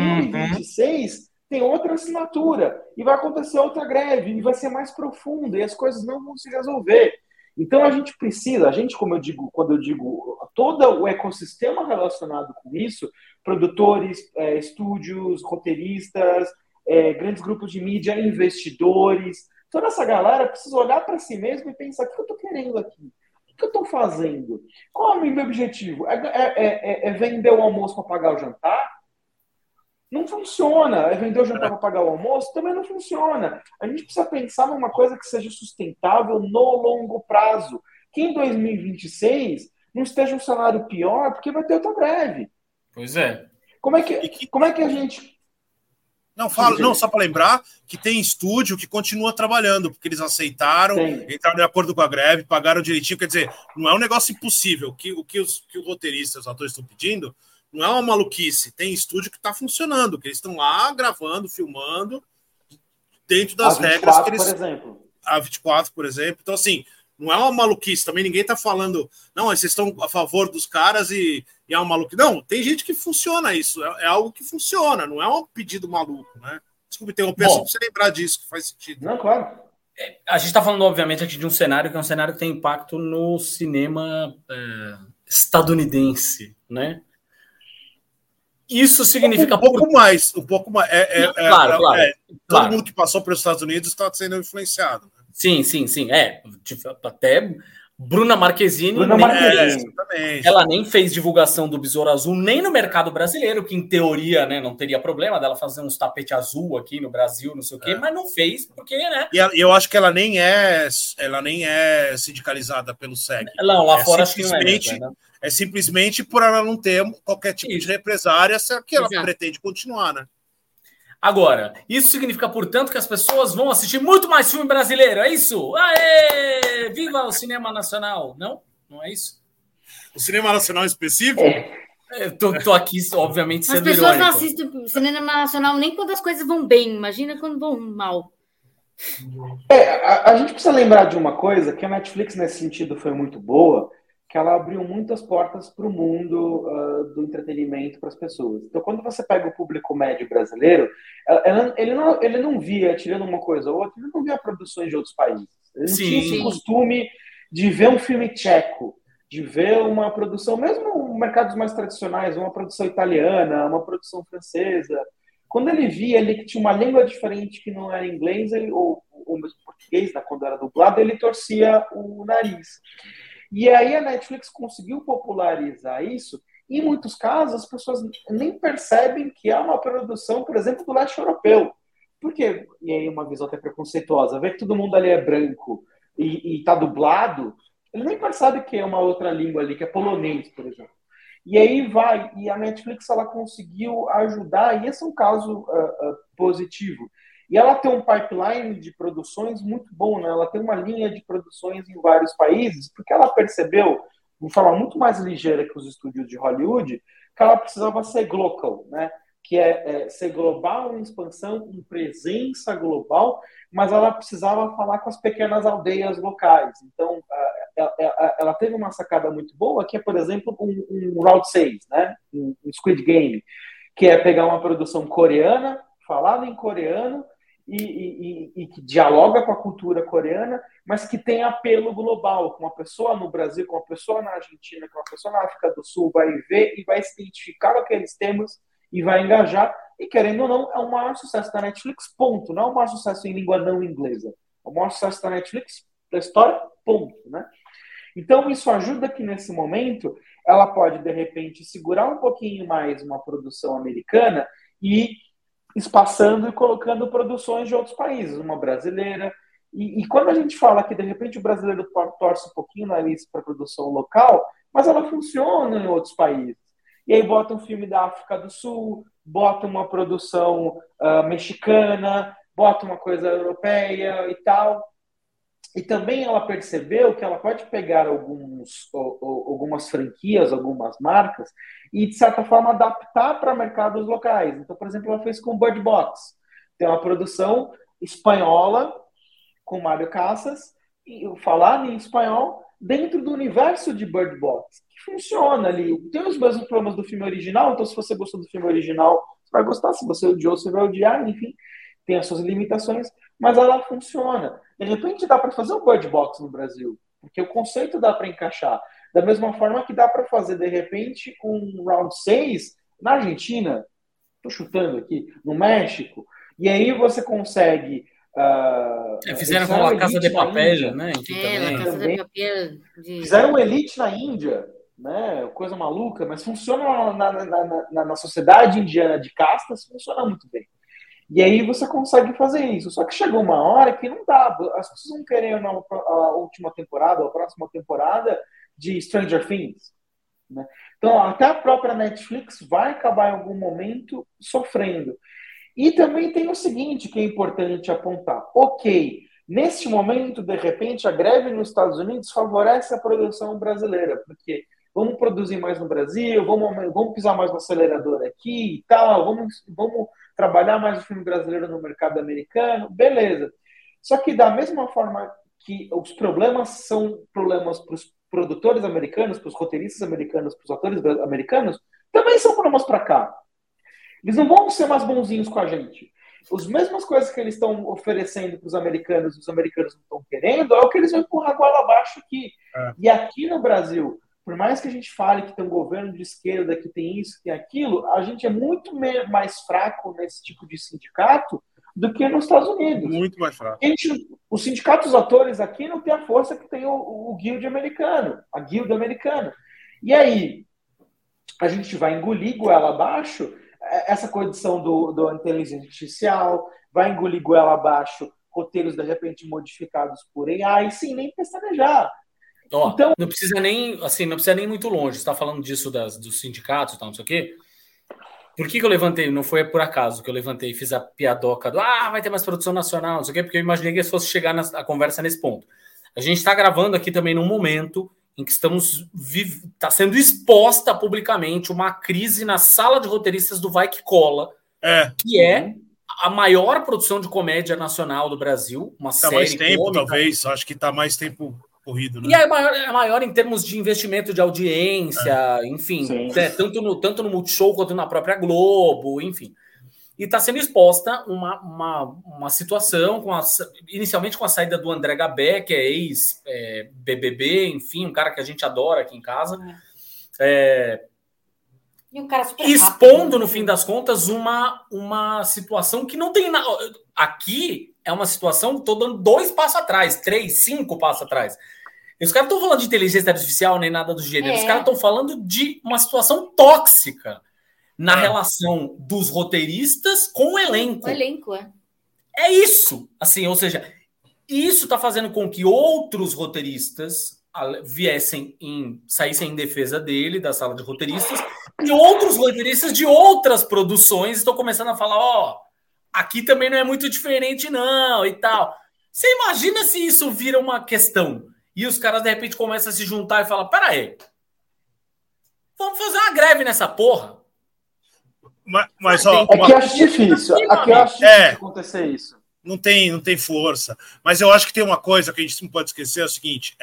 [SPEAKER 3] 2026 tem outra assinatura, e vai acontecer outra greve, e vai ser mais profunda, e as coisas não vão se resolver. Então a gente precisa, quando eu digo todo o ecossistema relacionado com isso, produtores, estúdios, roteiristas, grandes grupos de mídia, investidores, toda essa galera precisa olhar para si mesmo e pensar: o que eu estou querendo aqui? O que eu estou fazendo? Qual é o meu objetivo? É vender o almoço para pagar o jantar? Não funciona. É vender o jantar para pagar o almoço? Também não funciona. A gente precisa pensar numa coisa que seja sustentável no longo prazo. Que em 2026 não esteja um cenário pior, porque vai ter outra greve.
[SPEAKER 5] Pois é.
[SPEAKER 3] Como é que a gente...
[SPEAKER 4] Não, só para lembrar que tem estúdio que continua trabalhando, porque eles aceitaram, entraram em acordo com a greve, pagaram direitinho. Quer dizer, não é um negócio impossível. O que os roteiristas, os atores estão pedindo, não é uma maluquice. Tem estúdio que está funcionando, que eles estão lá gravando, filmando, dentro das regras que eles...
[SPEAKER 3] por exemplo.
[SPEAKER 4] A 24, por exemplo. Então, assim, não é uma maluquice. Também ninguém está falando, não, vocês estão a favor dos caras e é uma maluquice. Não, tem gente que funciona isso. É algo que funciona, não é um pedido maluco, né? Desculpa interromper, só para você lembrar disso, que faz sentido.
[SPEAKER 3] Não, claro.
[SPEAKER 5] A gente está falando, obviamente, aqui de um cenário que é um cenário que tem impacto no cinema estadunidense, né? Isso significa...
[SPEAKER 4] Um pouco mais.
[SPEAKER 5] Claro.
[SPEAKER 4] Todo mundo que passou pelos Estados Unidos está sendo influenciado. Né?
[SPEAKER 5] Sim. Até Bruna Marquezine, ela nem fez divulgação do Besouro Azul, nem no mercado brasileiro, que em teoria, né, não teria problema dela fazer uns tapete azul aqui no Brasil, não sei o quê, mas não fez, porque, né?
[SPEAKER 4] E eu acho que ela nem é sindicalizada pelo SEG.
[SPEAKER 5] Não, lá fora acho que não é mesmo, né?
[SPEAKER 4] É simplesmente por ela não ter qualquer tipo de represária, que ela pretende continuar, né?
[SPEAKER 5] Agora, isso significa, portanto, que as pessoas vão assistir muito mais filme brasileiro, é isso? Aê! Viva o cinema nacional! Não? Não é isso?
[SPEAKER 4] O cinema nacional específico?
[SPEAKER 5] Tô aqui, obviamente, sendo irônico.
[SPEAKER 1] As pessoas não assistem cinema nacional nem quando as coisas vão bem, imagina quando vão mal.
[SPEAKER 3] A gente precisa lembrar de uma coisa, que a Netflix, nesse sentido, foi muito boa, que ela abriu muitas portas para o mundo do entretenimento para as pessoas. Então, quando você pega o público médio brasileiro, ele não via, tirando uma coisa ou outra, ele não via produções de outros países. Ele não tinha esse costume de ver um filme tcheco, de ver uma produção, mesmo em mercados mais tradicionais, uma produção italiana, uma produção francesa. Quando ele via ali que tinha uma língua diferente que não era inglês, ou mesmo português, né, quando era dublado, ele torcia o nariz. E aí a Netflix conseguiu popularizar isso. E em muitos casos, as pessoas nem percebem que é uma produção, por exemplo, do leste europeu. Porque, e aí uma visão até preconceituosa, ver que todo mundo ali é branco e está dublado, ele nem percebe que é uma outra língua ali, que é polonês, por exemplo. E aí e a Netflix ela conseguiu ajudar, e esse é um caso positivo. E ela tem um pipeline de produções muito bom, né? Ela tem uma linha de produções em vários países, porque ela percebeu, de forma muito mais ligeira que os estúdios de Hollywood, que ela precisava ser global, né? Que é ser global em expansão, em presença global, mas ela precisava falar com as pequenas aldeias locais. Então, ela teve uma sacada muito boa, que é, por exemplo, um Round 6, né? Um Squid Game, que é pegar uma produção coreana, falada em coreano, e que dialoga com a cultura coreana, mas que tem apelo global, com uma pessoa no Brasil, com uma pessoa na Argentina, com uma pessoa na África do Sul, vai ver e vai se identificar com aqueles temas e vai engajar, e querendo ou não, é o maior sucesso da Netflix, ponto. Não é o maior sucesso em língua não inglesa. É o maior sucesso da Netflix, da história, ponto, né? Então, isso ajuda que, nesse momento, ela pode, de repente, segurar um pouquinho mais uma produção americana e espaçando e colocando produções de outros países, uma brasileira. E quando a gente fala que, de repente, o brasileiro torce um pouquinho na lista para produção local, mas ela funciona em outros países. E aí bota um filme da África do Sul, bota uma produção mexicana, bota uma coisa europeia e tal. E também ela percebeu que ela pode pegar algumas franquias, algumas marcas, e, de certa forma, adaptar para mercados locais. Então, por exemplo, ela fez com Bird Box. Tem uma produção espanhola, com Mário Casas, e falado em espanhol, dentro do universo de Bird Box, que funciona ali. Tem os mesmos problemas do filme original, então, se você gostou do filme original, você vai gostar. Se você odiou, você vai odiar, enfim. Tem as suas limitações, mas ela funciona. De repente dá para fazer um Bird Box no Brasil, porque o conceito dá para encaixar. Da mesma forma que dá para fazer, de repente, um Round 6 na Argentina, estou chutando aqui, no México, e aí você consegue...
[SPEAKER 5] fizeram com a Casa de Papel, né?
[SPEAKER 3] Fizeram um Elite na Índia, né? Coisa maluca, mas funciona na sociedade indiana de castas, funciona muito bem. E aí você consegue fazer isso. Só que chegou uma hora que não dá. As pessoas não querem a última temporada, ou a próxima temporada de Stranger Things. né? Então, até a própria Netflix vai acabar em algum momento sofrendo. E também tem o seguinte, que é importante apontar. Ok, neste momento, de repente, a greve nos Estados Unidos favorece a produção brasileira, porque vamos produzir mais no Brasil, vamos pisar mais no acelerador aqui e tal, vamos trabalhar mais o filme brasileiro no mercado americano, beleza. Só que da mesma forma que os problemas são problemas para os produtores americanos, para os roteiristas americanos, para os atores americanos, também são problemas para cá. Eles não vão ser mais bonzinhos com a gente. As mesmas coisas que eles estão oferecendo para os americanos não estão querendo, é o que eles vão empurrar goela abaixo aqui. E aqui no Brasil, por mais que a gente fale que tem um governo de esquerda, que tem isso, que tem aquilo, a gente é muito mais fraco nesse tipo de sindicato do que nos Estados Unidos.
[SPEAKER 4] Muito mais fraco.
[SPEAKER 3] Os sindicatos dos atores aqui não tem a força que tem o guild americano, a guilda americana. E aí, a gente vai engolir goela abaixo essa condição da inteligência artificial, vai engolir goela abaixo roteiros de repente modificados por AI, sem nem pestanejar.
[SPEAKER 5] Então, não precisa nem muito longe. Você está falando disso dos sindicatos e tal, não sei o quê. Por que eu levantei? Não foi por acaso que eu levantei e fiz a piadoca do vai ter mais produção nacional, não sei o quê, porque eu imaginei que fosse chegar a conversa nesse ponto. A gente está gravando aqui também num momento em que está sendo exposta publicamente uma crise na sala de roteiristas do Vai Que Cola, que é a maior produção de comédia nacional do Brasil, uma série.
[SPEAKER 4] Está mais tempo, cômica. Talvez, acho que está mais tempo corrido, né?
[SPEAKER 5] E é maior em termos de investimento de audiência, enfim, tanto no Multishow quanto na própria Globo, enfim. E está sendo exposta uma situação, inicialmente com a saída do André Gabé, que é ex-BBB, enfim, um cara que a gente adora aqui em casa.
[SPEAKER 1] E um cara super
[SPEAKER 5] expondo,
[SPEAKER 1] rápido,
[SPEAKER 5] no fim das contas, uma situação que não tem nada. Aqui é uma situação, estou dando 2 passos atrás, 3, 5 passos atrás. E os caras não estão falando de inteligência artificial nem nada do gênero, os caras estão falando de uma situação tóxica na relação dos roteiristas com o elenco.
[SPEAKER 1] O elenco,
[SPEAKER 5] É isso. Assim, ou seja, isso está fazendo com que outros roteiristas saíssem em defesa dele, da sala de roteiristas, e outros roteiristas de outras produções estão começando a falar, aqui também não é muito diferente não, e tal. Você imagina se isso vira uma questão, e os caras de repente começam a se juntar e falar, peraí, vamos fazer uma greve nessa porra?
[SPEAKER 4] Mas
[SPEAKER 3] aqui eu acho difícil. Aqui eu acho difícil acontecer isso.
[SPEAKER 4] Não tem força. Mas eu acho que tem uma coisa que a gente não pode esquecer, é o seguinte,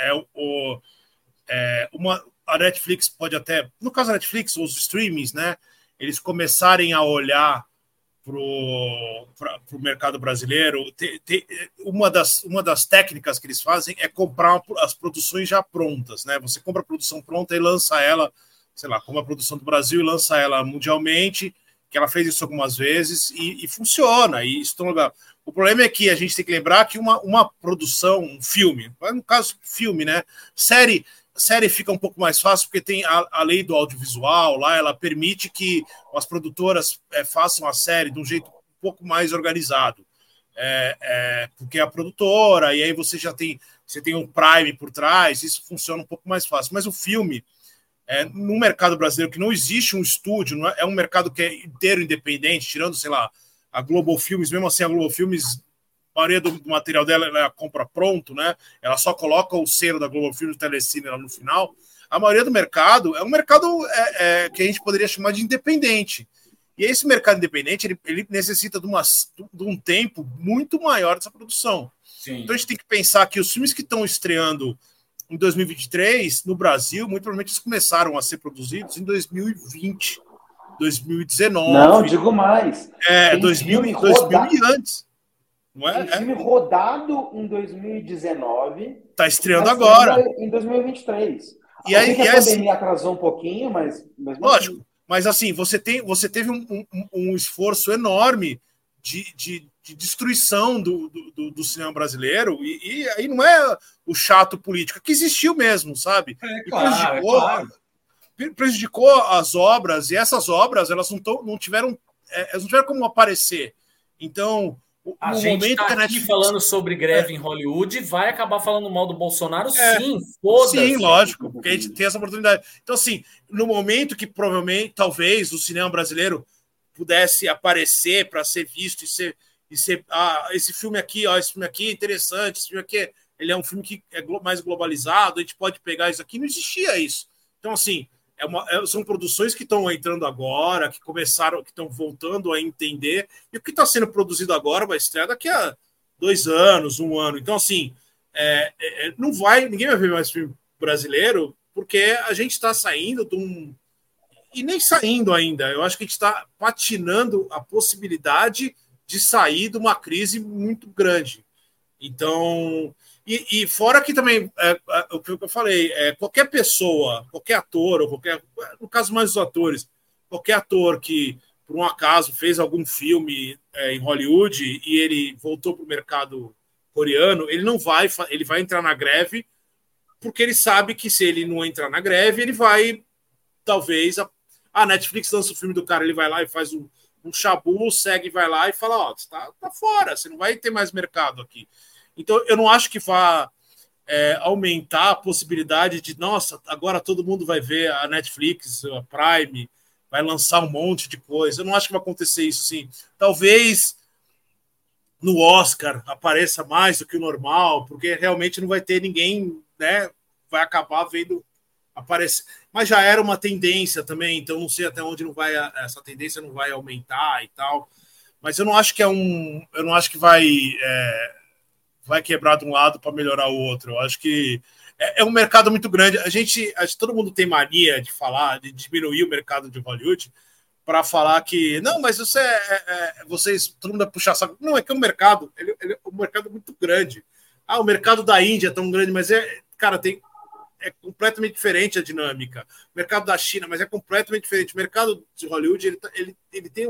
[SPEAKER 4] a Netflix pode até, no caso da Netflix, os streamings, né, eles começarem a olhar para o mercado brasileiro. Uma das técnicas que eles fazem é comprar as produções já prontas, né? Você compra a produção pronta e lança ela, sei lá, como a produção do Brasil, e lança ela mundialmente, que ela fez isso algumas vezes e funciona. E isso legal. O problema é que a gente tem que lembrar que uma produção, um filme, no caso, filme, né? Série fica um pouco mais fácil porque tem a lei do audiovisual lá, ela permite que as produtoras façam a série de um jeito um pouco mais organizado. Porque a produtora, e aí você tem um Prime por trás, isso funciona um pouco mais fácil. Mas o filme, no mercado brasileiro, que não existe um estúdio, não é um mercado que é inteiro independente, tirando, sei lá, a Global Filmes, mesmo assim a Global Filmes, a maioria do material dela ela compra pronto, né? Ela só coloca o selo da Global Filmes, do Telecine lá no final. A maioria do mercado é um mercado que a gente poderia chamar de independente. E esse mercado independente, ele necessita de um tempo muito maior dessa produção. Sim. Então a gente tem que pensar que os filmes que estão estreando em 2023, no Brasil, muito provavelmente eles começaram a ser produzidos em 2020, 2019.
[SPEAKER 3] Não, digo mais.
[SPEAKER 4] 2000 e antes. Não é?
[SPEAKER 3] Tem filme rodado em 2019.
[SPEAKER 4] Está estreando agora.
[SPEAKER 3] Em 2023.
[SPEAKER 4] E aí,
[SPEAKER 3] a pandemia atrasou um pouquinho, mas
[SPEAKER 4] lógico. Assim. Mas assim, você teve um esforço enorme de destruição do cinema brasileiro, e aí não é o chato político, que existiu mesmo, sabe? Prejudicou as obras, e essas obras elas não tiveram como aparecer. Então,
[SPEAKER 5] A gente está aqui Netflix... falando sobre greve em Hollywood, vai acabar falando mal do Bolsonaro, sim, foda-se.
[SPEAKER 4] Sim, lógico, porque a gente tem essa oportunidade. Então, assim, no momento que provavelmente, talvez, o cinema brasileiro pudesse aparecer para ser visto e ser esse filme aqui é interessante, esse filme aqui ele é um filme que é mais globalizado, a gente pode pegar isso aqui, não existia isso. Então, assim, são produções que estão entrando agora, que começaram, que estão voltando a entender, e o que está sendo produzido agora vai estrear daqui a 2 anos, 1 ano. Então, assim, ninguém vai ver mais filme brasileiro, porque a gente está saindo de um... E nem saindo ainda. Eu acho que a gente está patinando a possibilidade de sair de uma crise muito grande. Então... E fora que também, o que eu falei, qualquer pessoa, qualquer ator, ou no caso mais dos atores, qualquer ator que, por um acaso, fez algum filme em Hollywood e ele voltou para o mercado coreano, ele vai entrar na greve, porque ele sabe que se ele não entrar na greve, ele vai, talvez, a Netflix lança o filme do cara, ele vai lá e faz um chabu, segue, vai lá e fala, você tá fora, você não vai ter mais mercado aqui. Então, eu não acho que vá aumentar a possibilidade de, nossa, agora todo mundo vai ver a Netflix, a Prime, vai lançar um monte de coisa. Eu não acho que vai acontecer isso, sim. Talvez no Oscar apareça mais do que o normal, porque realmente não vai ter ninguém, né? Vai acabar vendo aparecer. Mas já era uma tendência também, então não sei até onde essa tendência não vai aumentar e tal. Mas eu não acho que eu não acho que vai quebrar de um lado para melhorar o outro. Eu acho que é um mercado muito grande. Todo mundo tem mania de falar, de diminuir o mercado de Hollywood para falar que não, mas vocês, todo mundo vai puxar saco. Não, é que o mercado, um mercado muito grande. O mercado da Índia é tão grande, mas cara, é completamente diferente a dinâmica. O mercado da China, mas é completamente diferente. O mercado de Hollywood, ele tem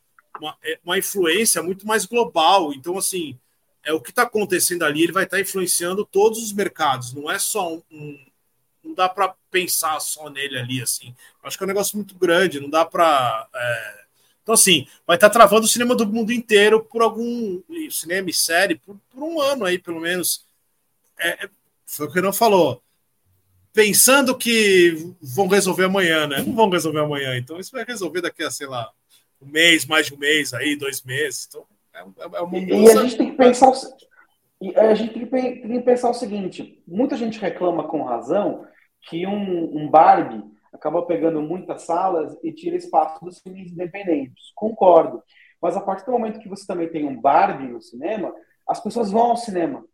[SPEAKER 4] uma influência muito mais global. Então, assim, o que está acontecendo ali, ele vai estar influenciando todos os mercados, não é só não dá para pensar só nele ali, assim. Acho que é um negócio muito grande, não dá para... Então, assim, vai estar travando o cinema do mundo inteiro por algum cinema e série, por 1 ano aí, pelo menos. Foi o que o Renan falou. Pensando que vão resolver amanhã, né? Não vão resolver amanhã, então isso vai resolver daqui a, sei lá, 1 mês, mais de 1 mês aí, 2 meses, então...
[SPEAKER 3] E a gente tem que pensar o seguinte, muita gente reclama com razão que um Barbie acaba pegando muitas salas e tira espaço dos filmes independentes. Concordo. Mas a partir do momento que você também tem um Barbie no cinema, as pessoas vão ao cinema.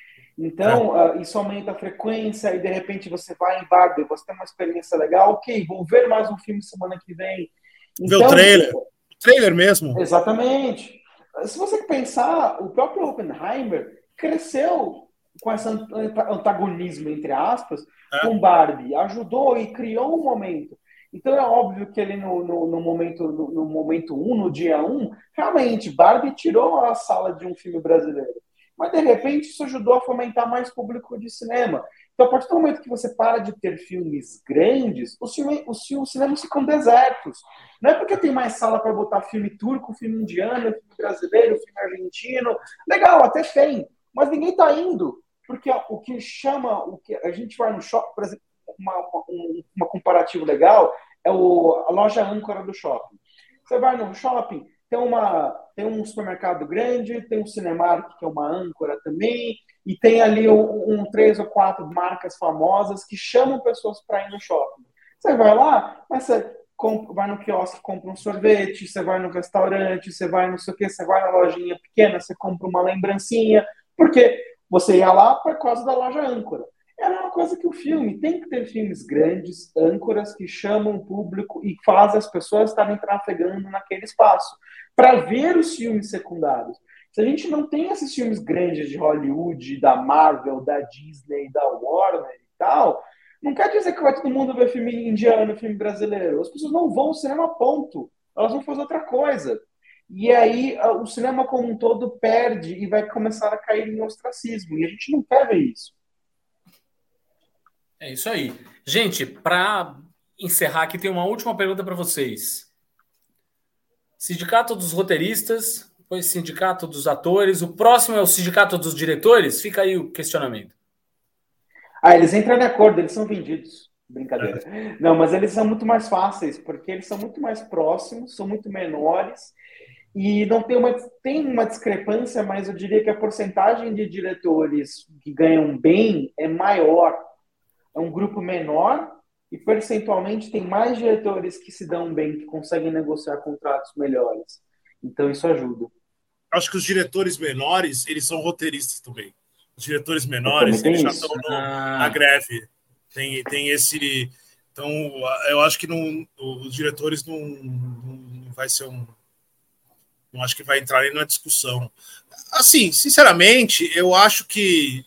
[SPEAKER 3] Então, isso aumenta a frequência e de repente você vai em Barbie, você tem uma experiência legal, ok, vou ver mais um filme semana que vem.
[SPEAKER 4] Então, ver o trailer. Trailer mesmo.
[SPEAKER 3] Exatamente. Se você pensar, o próprio Oppenheimer cresceu com esse antagonismo, entre aspas, com Barbie, ajudou e criou um momento. Então é óbvio que ele no momento 1, no dia 1, realmente Barbie tirou a sala de um filme brasileiro. Mas de repente isso ajudou a fomentar mais público de cinema. Então, a partir do momento que você para de ter filmes grandes, os cinemas ficam desertos. Não é porque tem mais sala para botar filme turco, filme indiano, filme brasileiro, filme argentino. Legal, até tem. Mas ninguém está indo. Porque o que a gente vai no shopping, por exemplo, uma comparativa legal é a loja âncora do shopping. Você vai no shopping, tem um supermercado grande, tem um Cinemark, que é uma âncora também, e tem ali 3 ou 4 marcas famosas que chamam pessoas para ir no shopping. Você vai lá, mas você vai no quiosque, compra um sorvete, você vai no restaurante, você vai não sei o quê, você vai na lojinha pequena, você compra uma lembrancinha, porque você ia lá por causa da loja âncora. É a mesma coisa que o filme. Tem que ter filmes grandes, âncoras, que chamam o público e fazem as pessoas estarem trafegando naquele espaço para ver os filmes secundários. Se a gente não tem esses filmes grandes de Hollywood, da Marvel, da Disney, da Warner e tal, não quer dizer que vai todo mundo ver filme indiano, filme brasileiro. As pessoas não vão ao cinema, ponto. Elas vão fazer outra coisa. E aí o cinema como um todo perde e vai começar a cair em ostracismo. E a gente não quer ver isso.
[SPEAKER 5] É isso aí. Gente, para encerrar aqui, tem uma última pergunta para vocês. Sindicato dos Roteiristas depois Sindicato dos Atores. O próximo é o Sindicato dos Diretores? Fica aí o questionamento.
[SPEAKER 3] Eles entram de acordo, eles são vendidos. Brincadeira. Não, mas eles são muito mais fáceis, porque eles são muito mais próximos, são muito menores, e não tem uma discrepância, mas eu diria que a porcentagem de diretores que ganham bem é maior. É um grupo menor, e percentualmente tem mais diretores que se dão bem, que conseguem negociar contratos melhores. Então isso ajuda.
[SPEAKER 4] Acho que os diretores menores, eles são roteiristas também. Os diretores menores, eles já estão na greve. Tem esse... Então, eu acho que os diretores não vai ser não acho que vai entrar aí numa discussão. Assim, sinceramente, eu acho que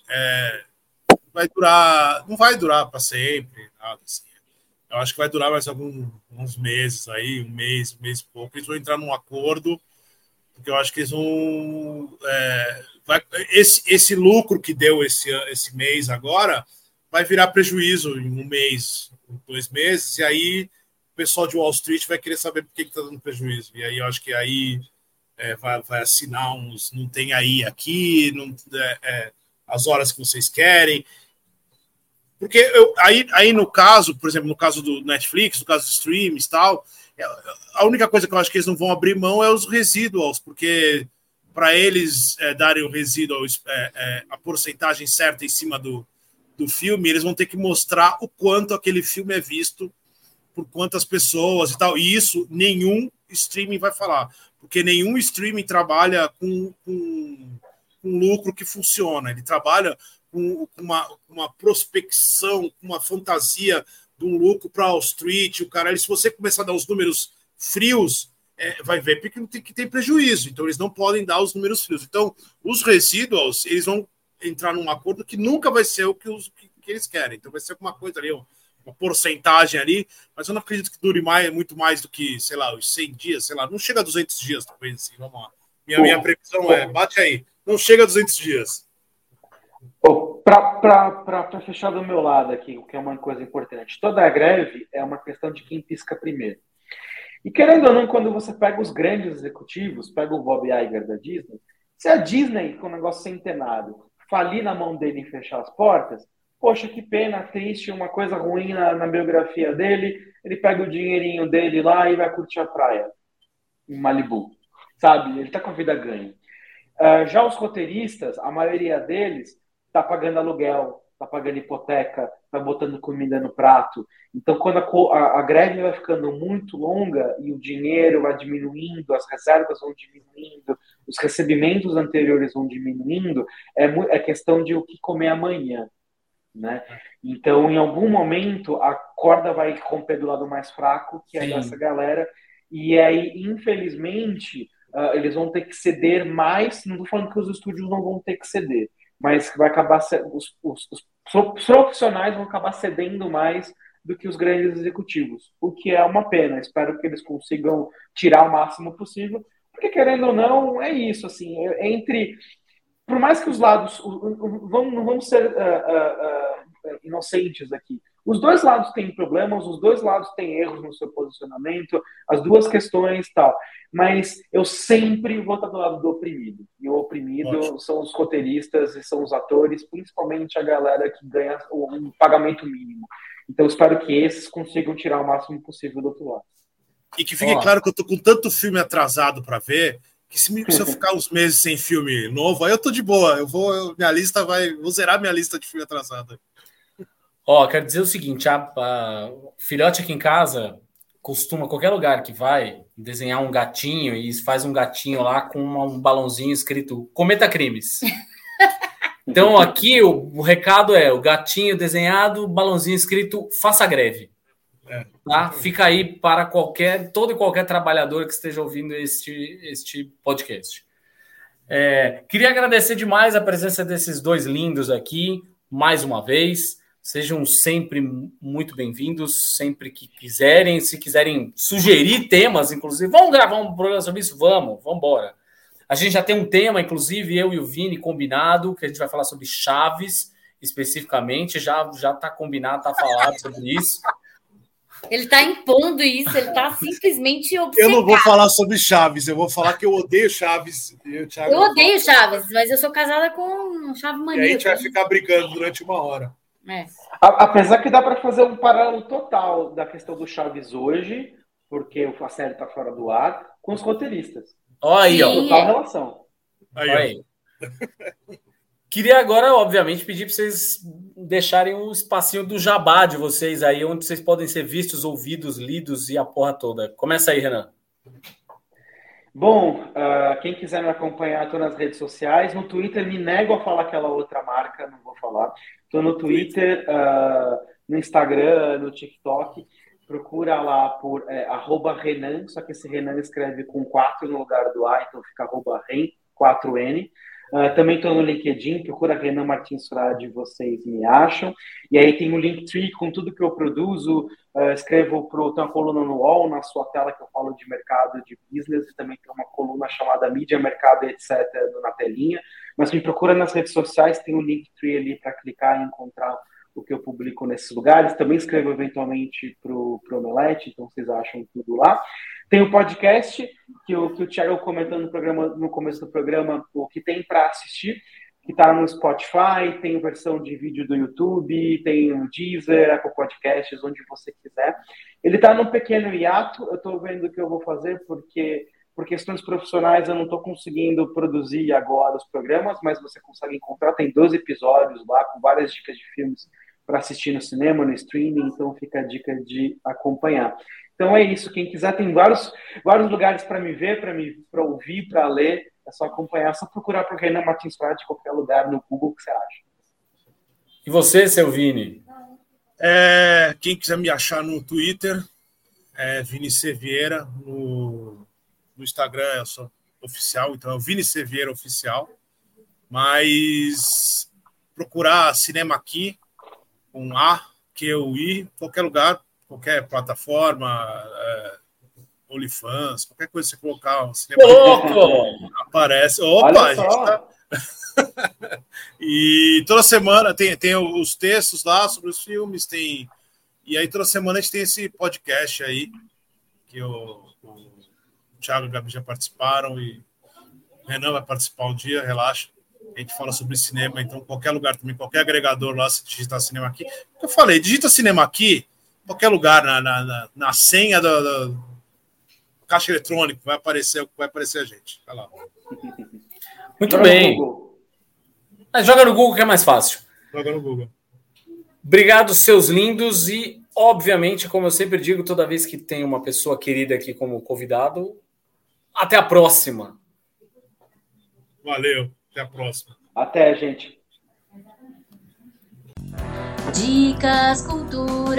[SPEAKER 4] não vai durar para sempre, nada assim. Eu acho que vai durar mais uns meses aí, um mês e pouco. Eles vão entrar num acordo, porque eu acho que eles vão... esse lucro que deu esse mês agora vai virar prejuízo em um mês, em 2 meses, e aí o pessoal de Wall Street vai querer saber por que está dando prejuízo. E aí eu acho que aí vai assinar uns... Não tem aí, aqui, não, as horas que vocês querem... Porque aí no caso, por exemplo, no caso do Netflix, no caso dos streams e tal, a única coisa que eu acho que eles não vão abrir mão é os residuals, porque para eles darem o residual, a porcentagem certa em cima do filme, eles vão ter que mostrar o quanto aquele filme é visto por quantas pessoas e tal. E isso nenhum streaming vai falar, porque nenhum streaming trabalha com lucro que funciona. Ele trabalha com uma prospecção, com uma fantasia de um lucro para Wall Street, o cara. Se você começar a dar os números frios, vai ver que tem prejuízo. Então, eles não podem dar os números frios. Então, os residuals, eles vão entrar num acordo que nunca vai ser o que eles querem. Então, vai ser alguma coisa ali, uma porcentagem ali, mas eu não acredito que dure muito mais do que, sei lá, os 100 dias, sei lá, não chega a 200 dias, talvez, assim, vamos lá. Minha previsão bate aí, não chega a 200 dias.
[SPEAKER 3] Para fechar do meu lado aqui, o que é uma coisa importante, toda a greve é uma questão de quem pisca primeiro. E querendo ou não, quando você pega os grandes executivos, pega o Bob Iger da Disney, se a Disney, com um negócio centenário, falir na mão dele e fechar as portas, poxa, que pena, triste, uma coisa ruim na biografia dele, ele pega o dinheirinho dele lá e vai curtir a praia em Malibu, sabe? Ele tá com a vida ganha. Já os roteiristas, a maioria deles tá pagando aluguel, tá pagando hipoteca, tá botando comida no prato. Então, quando a greve vai ficando muito longa e o dinheiro vai diminuindo, as reservas vão diminuindo, os recebimentos anteriores vão diminuindo, é questão de o que comer amanhã, né? Então, em algum momento, a corda vai romper do lado mais fraco, que é dessa galera, e aí, infelizmente, eles vão ter que ceder mais. Não estou falando que os estúdios não vão ter que ceder, mas vai acabar os profissionais vão acabar cedendo mais do que os grandes executivos, o que é uma pena. Espero que eles consigam tirar o máximo possível, porque, querendo ou não, é isso, assim, por mais que os lados, não vamos ser inocentes aqui, os dois lados têm problemas, os dois lados têm erros no seu posicionamento, as duas questões e tal, mas eu sempre vou estar do lado do oprimido, e o oprimido são os roteiristas e são os atores, principalmente a galera que ganha um pagamento mínimo. Então, eu espero que esses consigam tirar o máximo possível do outro lado.
[SPEAKER 4] E que fique claro que eu tô com tanto filme atrasado para ver, que se eu ficar uns meses sem filme novo, aí eu tô de boa. Vou zerar minha lista de filme atrasado.
[SPEAKER 5] Quero dizer o seguinte, a filhote aqui em casa costuma, qualquer lugar que vai, desenhar um gatinho e faz um gatinho lá com um balãozinho escrito Cometa Crimes. Então, aqui o recado é o gatinho desenhado, balãozinho escrito Faça Greve. Tá? Fica aí para todo e qualquer trabalhador que esteja ouvindo este podcast. Queria agradecer demais a presença desses dois lindos aqui, mais uma vez. Sejam sempre muito bem-vindos, sempre que quiserem. Se quiserem sugerir temas, inclusive, vamos gravar um programa sobre isso? Vamos embora. A gente já tem um tema, inclusive, eu e o Vini combinado, que a gente vai falar sobre Chaves, especificamente. Já está combinado, está falado sobre isso.
[SPEAKER 1] Ele tá impondo isso, ele tá simplesmente obcecado.
[SPEAKER 4] Eu não vou falar sobre Chaves, eu vou falar que eu odeio Chaves.
[SPEAKER 1] Eu odeio Chaves, mas eu sou casada com um Chave Mania.
[SPEAKER 4] E a gente vai ficar brigando durante 1 hora.
[SPEAKER 3] Apesar que dá para fazer um paralelo total da questão do Chaves hoje, porque a série tá fora do ar, com os roteiristas.
[SPEAKER 5] Olha aí, ó.
[SPEAKER 3] Total relação.
[SPEAKER 5] Aí. Queria agora, obviamente, pedir para vocês deixarem um espacinho do jabá de vocês aí, onde vocês podem ser vistos, ouvidos, lidos e a porra toda. Começa aí, Renan.
[SPEAKER 3] Bom, quem quiser me acompanhar, estou nas redes sociais. No Twitter, me nego a falar aquela outra marca, não vou falar. Estou no Twitter, no Instagram, no TikTok. Procura lá por @Renan, só que esse Renan escreve com 4 no lugar do A, então fica @Ren, 4N. Também estou no LinkedIn, procura Renan Martins Frade, vocês me acham. E aí tem o Linktree com tudo que eu produzo. Escrevo tem uma coluna no UOL, na sua tela, que eu falo de mercado, de business, e também tem uma coluna chamada Mídia, Mercado, etc., na telinha. Mas me procura nas redes sociais, tem o Linktree ali para clicar e encontrar o que eu publico nesses lugares. Também escrevo eventualmente para o Omelete, então vocês acham tudo lá. Tem o podcast, que o Thiago comentou no começo do programa, o que tem para assistir, que está no Spotify, tem versão de vídeo do YouTube, tem o Deezer, Apple Podcasts, onde você quiser. Ele está num pequeno hiato, eu estou vendo o que eu vou fazer, porque por questões profissionais eu não estou conseguindo produzir agora os programas, mas você consegue encontrar, tem 12 episódios lá, com várias dicas de filmes para assistir no cinema, no streaming, então fica a dica de acompanhar. Então é isso, quem quiser tem vários lugares para me ver, para ouvir, para ler, é só acompanhar, é só procurar por Renan Martins Frade em qualquer lugar no Google que você acha.
[SPEAKER 5] E você, seu Vini?
[SPEAKER 4] Quem quiser me achar no Twitter, Vini C. Vieira, no Instagram eu sou oficial, então é o Vini C. Vieira Oficial, mas procurar Cinema Aqui, com A, Q-U-I, qualquer lugar, qualquer plataforma, OnlyFans, qualquer coisa que você colocar, o Cinema
[SPEAKER 5] Aqui
[SPEAKER 4] aparece. Opa, a gente tá... E toda semana tem os textos lá sobre os filmes, e aí toda semana a gente tem esse podcast aí, que o Thiago e o Gabi já participaram, e o Renan vai participar um dia, relaxa. A gente fala sobre cinema, então qualquer lugar também, qualquer agregador lá, se digitar Cinema Aqui. Eu falei, digita Cinema Aqui, qualquer lugar, na senha do caixa eletrônico, vai aparecer a gente. Vai lá.
[SPEAKER 5] Muito bem. Joga no Google que é mais fácil.
[SPEAKER 4] Joga no Google.
[SPEAKER 5] Obrigado, seus lindos, e obviamente, como eu sempre digo, toda vez que tem uma pessoa querida aqui como convidado, até a próxima.
[SPEAKER 4] Valeu. Até a próxima.
[SPEAKER 3] Até, gente.
[SPEAKER 1] Dicas culturais.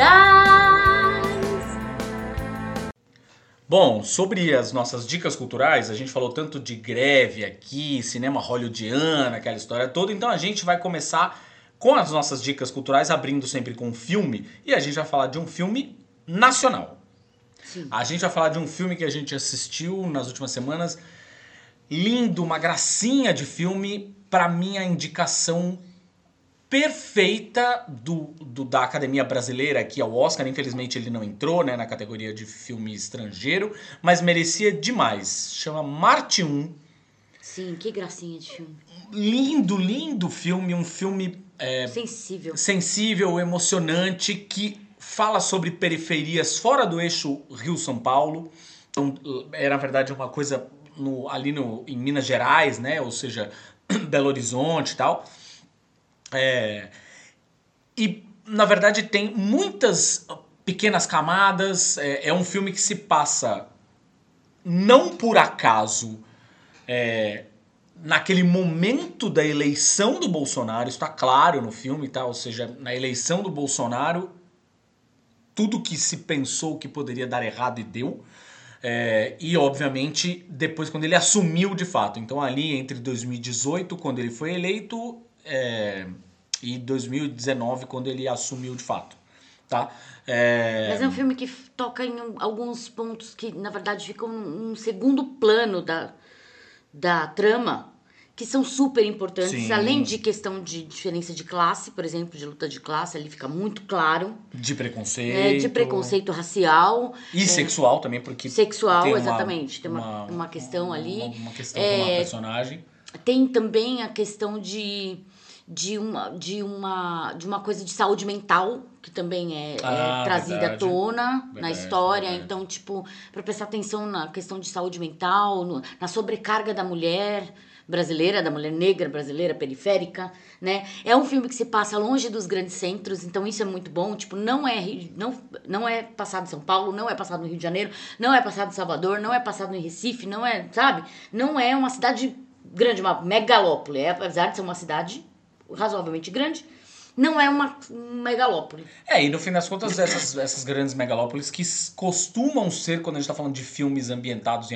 [SPEAKER 2] Bom, sobre as nossas dicas culturais, a gente falou tanto de greve aqui, cinema hollywoodiano, aquela história toda, então a gente vai começar com as nossas dicas culturais, abrindo sempre com um filme, e a gente vai falar de um filme nacional. Sim. A gente vai falar de um filme que a gente assistiu nas últimas semanas, lindo, uma gracinha de filme, para mim a indicação perfeita da Academia Brasileira aqui ao Oscar. Infelizmente ele não entrou, né, na categoria de filme estrangeiro, mas merecia demais. Chama Marte 1.
[SPEAKER 1] Sim, que gracinha de filme.
[SPEAKER 2] Lindo, lindo filme, um filme sensível, emocionante, que fala sobre periferias fora do eixo Rio-São Paulo. Então, na verdade uma coisa em Minas Gerais, né? Ou seja, Belo Horizonte e tal. E, na verdade, tem muitas pequenas camadas. É um filme que se passa, não por acaso, naquele momento da eleição do Bolsonaro. Isso está claro no filme, tá? Ou seja, na eleição do Bolsonaro, tudo que se pensou que poderia dar errado e deu. E, obviamente, depois quando ele assumiu de fato. Então, ali entre 2018, quando ele foi eleito, e 2019, quando ele assumiu de fato. Tá?
[SPEAKER 1] Mas é um filme que toca em alguns pontos que, na verdade, ficam num segundo plano da trama, que são super importantes,
[SPEAKER 2] Sim.
[SPEAKER 1] além de questão de diferença de classe, por exemplo, de luta de classe, ali fica muito claro.
[SPEAKER 2] De preconceito.
[SPEAKER 1] De preconceito racial.
[SPEAKER 2] E sexual também, porque...
[SPEAKER 1] Sexual, exatamente. Tem uma questão ali.
[SPEAKER 2] Uma questão com uma personagem.
[SPEAKER 1] Tem também a questão de uma coisa de saúde mental, que também é trazida à tona na história. Verdade. Então, tipo, para prestar atenção na questão de saúde mental, na sobrecarga da mulher brasileira, da mulher negra brasileira, periférica, né? É um filme que se passa longe dos grandes centros, então isso é muito bom. Tipo, não é passado em São Paulo, não é passado no Rio de Janeiro, não é passado em Salvador, não é passado em Recife, não é, sabe? Não é uma cidade grande, uma megalópole. Apesar de ser uma cidade razoavelmente grande, não é uma megalópole.
[SPEAKER 2] E no fim das contas, essas grandes megalópolis que costumam ser, quando a gente tá falando de filmes ambientados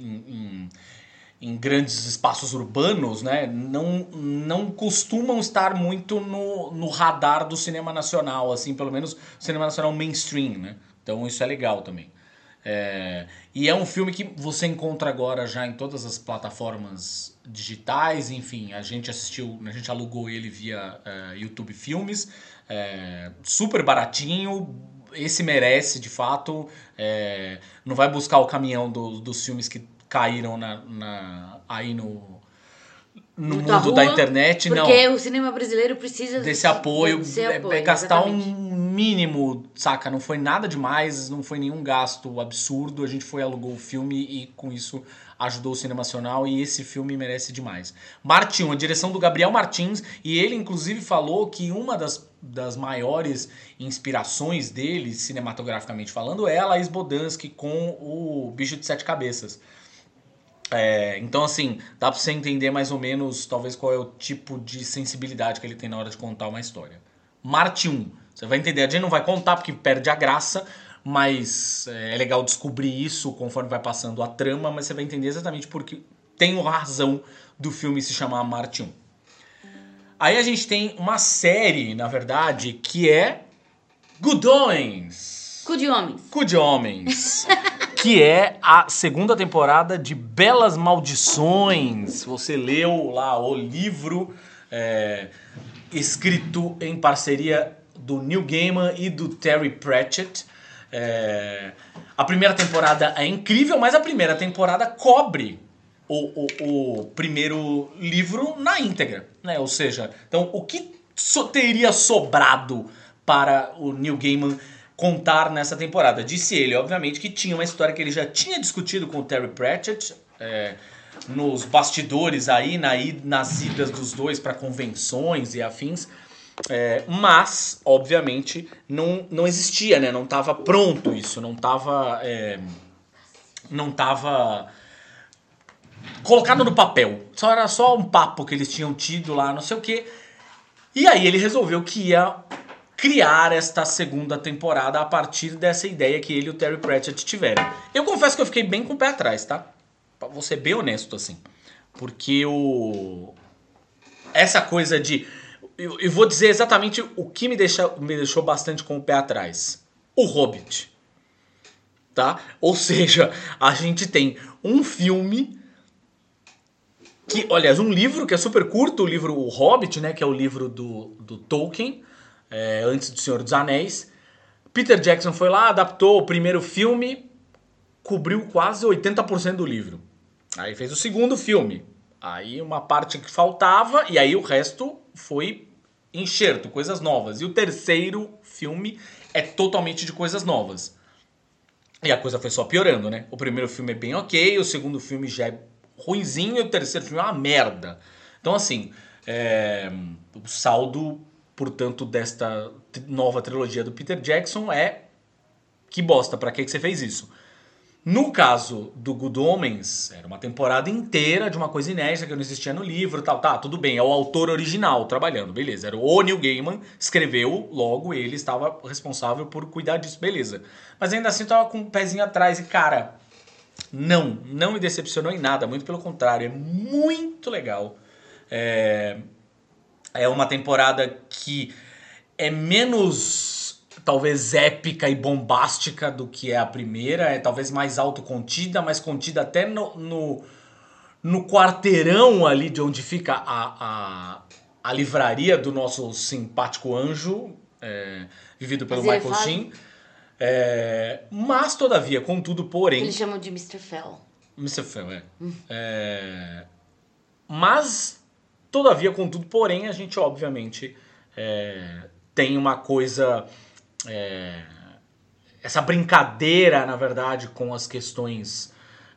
[SPEAKER 2] em grandes espaços urbanos, né, não costumam estar muito no radar do cinema nacional, assim, pelo menos o cinema nacional mainstream, né? Então isso é legal também. E é um filme que você encontra agora já em todas as plataformas digitais, enfim, a gente alugou ele via YouTube Filmes, super baratinho, esse merece de fato, não vai buscar o caminhão dos filmes que caíram aí no mundo da internet,
[SPEAKER 1] porque
[SPEAKER 2] não.
[SPEAKER 1] Porque o cinema brasileiro precisa
[SPEAKER 2] desse apoio, gastar
[SPEAKER 1] exatamente.
[SPEAKER 2] Um mínimo, saca? Não foi nada demais, não foi nenhum gasto absurdo, a gente alugou o filme e com isso ajudou o cinema nacional e esse filme merece demais. Martin, a direção do Gabriel Martins, e ele inclusive falou que uma das maiores inspirações dele, cinematograficamente falando, é a Laís Bodansky com o Bicho de Sete Cabeças. Então assim, dá pra você entender mais ou menos talvez qual é o tipo de sensibilidade que ele tem na hora de contar uma história. Marte 1, você vai entender, a gente não vai contar porque perde a graça, mas é legal descobrir isso conforme vai passando a trama, mas você vai entender exatamente porque tem razão do filme se chamar Marte 1. Aí a gente tem uma série, na verdade, que é Good Homens. Good Homens. Que é a segunda temporada de Belas Maldições. Você leu lá o livro escrito em parceria do Neil Gaiman e do Terry Pratchett. A primeira temporada é incrível, mas a primeira temporada cobre o primeiro livro na íntegra, né? Ou seja, então o que teria sobrado para o Neil Gaiman contar nessa temporada? Disse ele, obviamente, que tinha uma história que ele já tinha discutido com o Terry Pratchett nos bastidores aí, nas idas dos dois para convenções e afins, mas, obviamente, não existia, né? Não estava pronto isso, não estava colocado no papel. Era só um papo que eles tinham tido lá, não sei o quê. E aí ele resolveu que ia criar esta segunda temporada a partir dessa ideia que ele e o Terry Pratchett tiveram. Eu confesso que eu fiquei bem com o pé atrás, tá? Vou ser bem honesto, assim. Porque essa coisa de... Eu vou dizer exatamente o que me deixou bastante com o pé atrás. O Hobbit. Tá? Ou seja, a gente tem um filme... aliás, um livro que é super curto, o livro O Hobbit, né? Que é o livro do Tolkien, antes do Senhor dos Anéis. Peter Jackson foi lá, adaptou o primeiro filme, cobriu quase 80% do livro. Aí fez o segundo filme. Aí uma parte que faltava, e aí o resto foi enxerto, coisas novas. E o terceiro filme é totalmente de coisas novas. E a coisa foi só piorando, né? O primeiro filme é bem ok, o segundo filme já é ruinzinho e o terceiro filme é uma merda. Então, assim, o saldo, portanto, desta nova trilogia do Peter Jackson é que bosta, pra que você fez isso? No caso do Good Homens, era uma temporada inteira de uma coisa inédita que não existia no livro, tal, tá, tudo bem, é o autor original trabalhando, beleza, era o Neil Gaiman, escreveu, logo ele estava responsável por cuidar disso, beleza. Mas ainda assim eu tava com um pezinho atrás e, cara, não me decepcionou em nada, muito pelo contrário, é muito legal. É uma temporada que é menos... talvez épica e bombástica do que é a primeira, é talvez mais autocontida, mais contida até no no quarteirão ali de onde fica a livraria do nosso simpático anjo, vivido pelo Michael Sheen. Mas, todavia, contudo, porém...
[SPEAKER 1] Eles chamam de Mr. Fell.
[SPEAKER 2] Mr. Fell, Mas, todavia, contudo, porém, a gente, obviamente, tem uma coisa... essa brincadeira, na verdade, com as questões...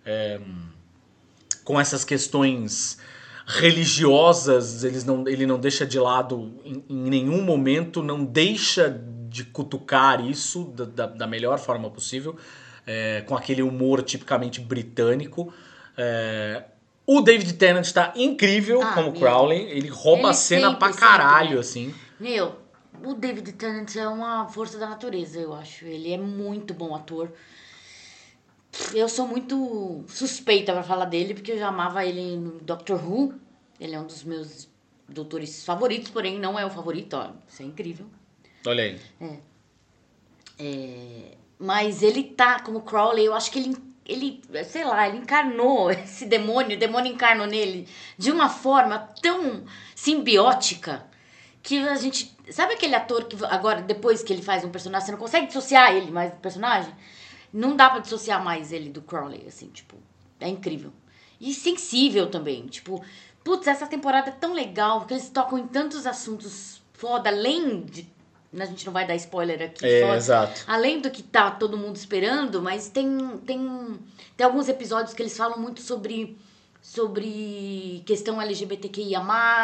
[SPEAKER 2] com essas questões religiosas, ele não deixa de lado em nenhum momento, não deixa de cutucar isso da melhor forma possível, com aquele humor tipicamente britânico. O David Tennant está incrível como Crowley, ele rouba a cena pra caralho, assim.
[SPEAKER 1] O David Tennant é uma força da natureza, eu acho. Ele é muito bom ator. Eu sou muito suspeita pra falar dele, porque eu já amava ele no Doctor Who. Ele é um dos meus doutores favoritos, porém não é o favorito, ó. Isso é incrível.
[SPEAKER 2] Olha aí.
[SPEAKER 1] Mas ele tá como Crowley, eu acho que ele, sei lá, ele encarnou esse demônio, o demônio encarnou nele de uma forma tão simbiótica que a gente... Sabe aquele ator que agora, depois que ele faz um personagem, você não consegue dissociar ele mais do personagem? Não dá pra dissociar mais ele do Crowley, assim, tipo, é incrível. E sensível também, tipo, putz, essa temporada é tão legal, porque eles tocam em tantos assuntos foda, além de... A gente não vai dar spoiler aqui,
[SPEAKER 2] exato.
[SPEAKER 1] Além do que tá todo mundo esperando, mas tem alguns episódios que eles falam muito sobre questão LGBTQIA+,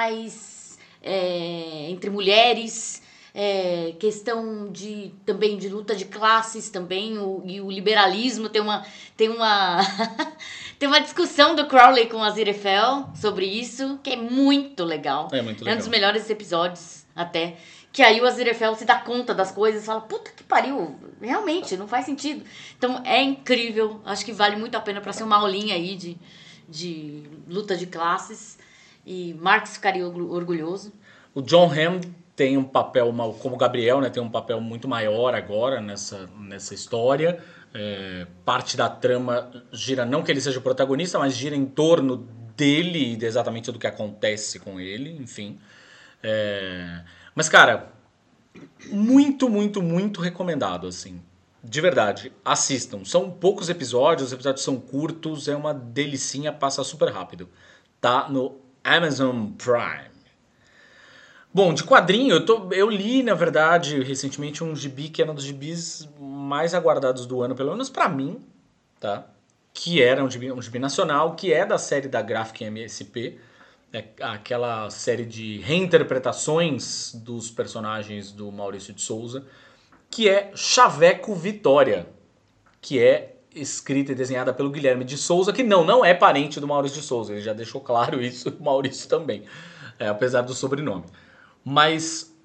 [SPEAKER 1] entre mulheres, questão também de luta de classes também, e o liberalismo tem uma tem uma discussão do Crowley com a Aziraphale sobre isso, que é muito legal.
[SPEAKER 2] É muito legal.
[SPEAKER 1] É um dos melhores episódios até. Que aí o Aziraphale se dá conta das coisas e fala, puta que pariu, realmente, não faz sentido. Então é incrível, acho que vale muito a pena pra ser uma aulinha aí de luta de classes. E Marx ficaria orgulhoso.
[SPEAKER 2] O John Hamm tem um papel, como Gabriel, né, tem um papel muito maior agora nessa história. Parte da trama gira, não que ele seja o protagonista, mas gira em torno dele e exatamente do que acontece com ele, enfim. Mas, cara, muito, muito, muito recomendado, assim. De verdade, assistam. São poucos episódios, os episódios são curtos, é uma delicinha, passa super rápido. Tá no Amazon Prime. Bom, de quadrinho, eu li, na verdade, recentemente um gibi que era um dos gibis mais aguardados do ano, pelo menos pra mim, tá? Que era um gibi nacional, que é da série da Graphic MSP, aquela série de reinterpretações dos personagens do Maurício de Souza, que é Chaveco Vitória, que é escrita e desenhada pelo Guilherme de Souza, que não é parente do Maurício de Souza, ele já deixou claro isso, o Maurício também, apesar do sobrenome. Mas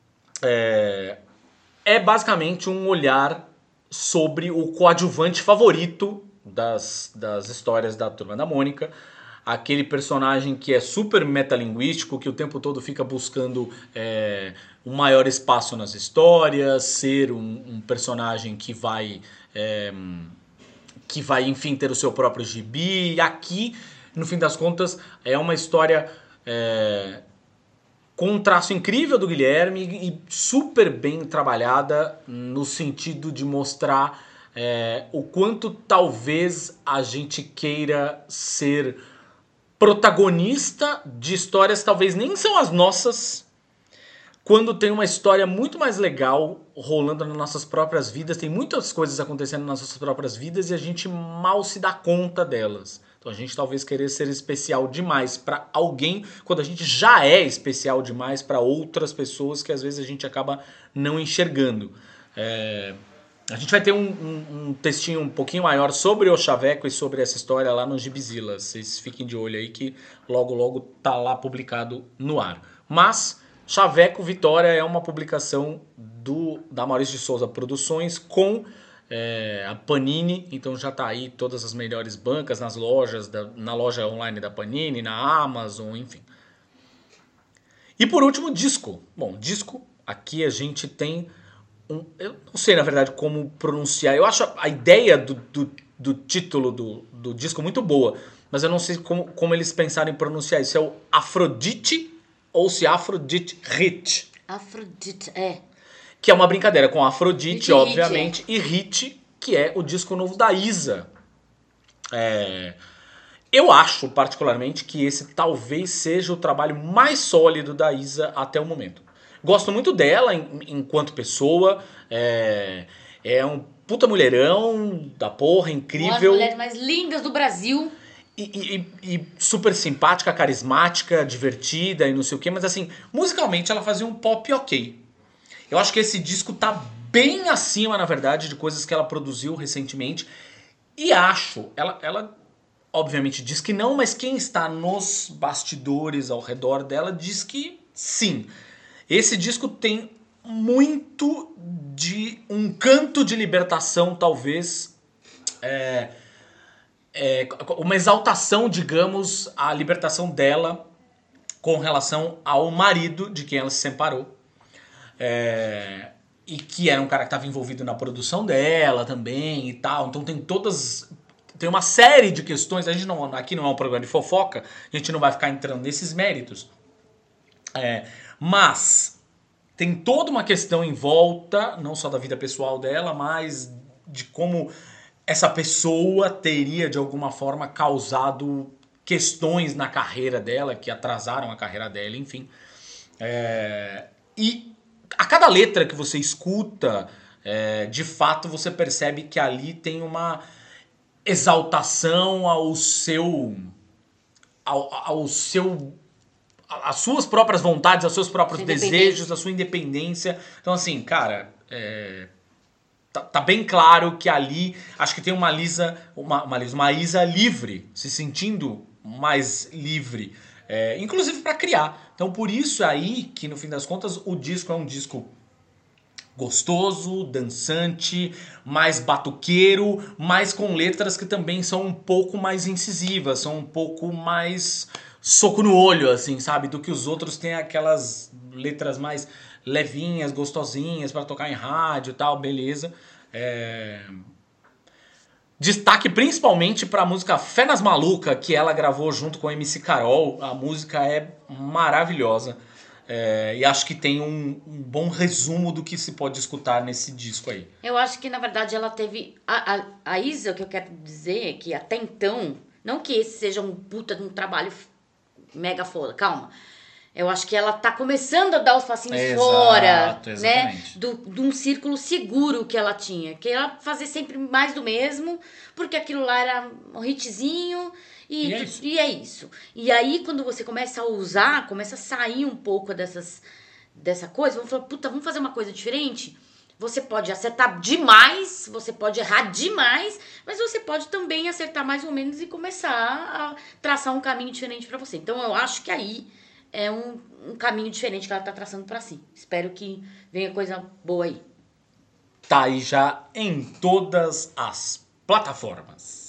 [SPEAKER 2] é basicamente um olhar sobre o coadjuvante favorito das histórias da Turma da Mônica, aquele personagem que é super metalinguístico, que o tempo todo fica buscando um maior espaço nas histórias, ser um personagem que vai, enfim, ter o seu próprio gibi. E aqui, no fim das contas, é uma história com um traço incrível do Guilherme e super bem trabalhada no sentido de mostrar o quanto talvez a gente queira ser protagonista de histórias que talvez nem são as nossas, quando tem uma história muito mais legal rolando nas nossas próprias vidas, tem muitas coisas acontecendo nas nossas próprias vidas e a gente mal se dá conta delas. Então a gente talvez querer ser especial demais para alguém, quando a gente já é especial demais para outras pessoas que às vezes a gente acaba não enxergando. A gente vai ter um textinho um pouquinho maior sobre o Chaveco e sobre essa história lá no Gibizilla. Vocês fiquem de olho aí que logo logo tá lá publicado no ar. Mas Chaveco Vitória é uma publicação da Maurício de Souza Produções com a Panini. Então já tá aí todas as melhores bancas nas lojas, na loja online da Panini, na Amazon, enfim. E por último, disco. Bom, disco, aqui a gente tem... eu não sei, na verdade, como pronunciar. Eu acho a ideia do título do disco muito boa. mas eu não sei como eles pensaram em pronunciar isso. É o Afrodite ou se Afrodite Hit.
[SPEAKER 1] Afrodite,
[SPEAKER 2] Que é uma brincadeira com Afrodite, obviamente, e Hit, que é o disco novo da Isa. Eu acho, particularmente, que esse talvez seja o trabalho mais sólido da Isa até o momento. Gosto muito dela enquanto pessoa. É um puta mulherão da porra, incrível.
[SPEAKER 1] Uma das mulheres mais lindas do Brasil.
[SPEAKER 2] E super simpática, carismática, divertida e não sei o quê. Mas assim, musicalmente ela fazia um pop ok. Eu acho que esse disco tá bem acima, na verdade, de coisas que ela produziu recentemente. E acho, ela obviamente diz que não, mas quem está nos bastidores ao redor dela diz que sim. Esse disco tem muito de um canto de libertação, talvez, uma exaltação, digamos, a libertação dela com relação ao marido de quem ela se separou. E que era um cara que estava envolvido na produção dela também e tal. Então tem uma série de questões. Aqui não é um programa de fofoca, a gente não vai ficar entrando nesses méritos. Mas tem toda uma questão em volta, não só da vida pessoal dela, mas de como essa pessoa teria de alguma forma causado questões na carreira dela, que atrasaram a carreira dela, enfim. E a cada letra que você escuta, de fato você percebe que ali tem uma exaltação às suas próprias vontades, aos seus próprios desejos, à sua independência. Então assim, cara, tá bem claro que ali, acho que tem uma Isa livre, se sentindo mais livre, inclusive para criar. Então por isso aí que no fim das contas o disco é um disco gostoso, dançante, mais batuqueiro, mas com letras que também são um pouco mais incisivas, são um pouco mais soco no olho, assim, sabe? Do que os outros têm aquelas letras mais levinhas, gostosinhas para tocar em rádio e tal, beleza. Destaque principalmente para a música Fé nas Maluca, que ela gravou junto com a MC Carol. A música é maravilhosa. E acho que tem um bom resumo do que se pode escutar nesse disco aí.
[SPEAKER 1] Eu acho que, na verdade, ela teve... A Isa, o que eu quero dizer é que até então... Não que esse seja um puta de um trabalho mega foda, calma. Eu acho que ela tá começando a dar os passinhos fora, né? De um círculo seguro que ela tinha. Que ela fazia sempre mais do mesmo, porque aquilo lá era um hitzinho... E é isso. E aí, quando você começa a usar, começa a sair um pouco dessa coisa, vamos falar, vamos fazer uma coisa diferente? Você pode acertar demais, você pode errar demais, mas você pode também acertar mais ou menos e começar a traçar um caminho diferente pra você. Então, eu acho que aí é um caminho diferente que ela tá traçando pra si. Espero que venha coisa boa aí.
[SPEAKER 2] Tá aí já em todas as plataformas.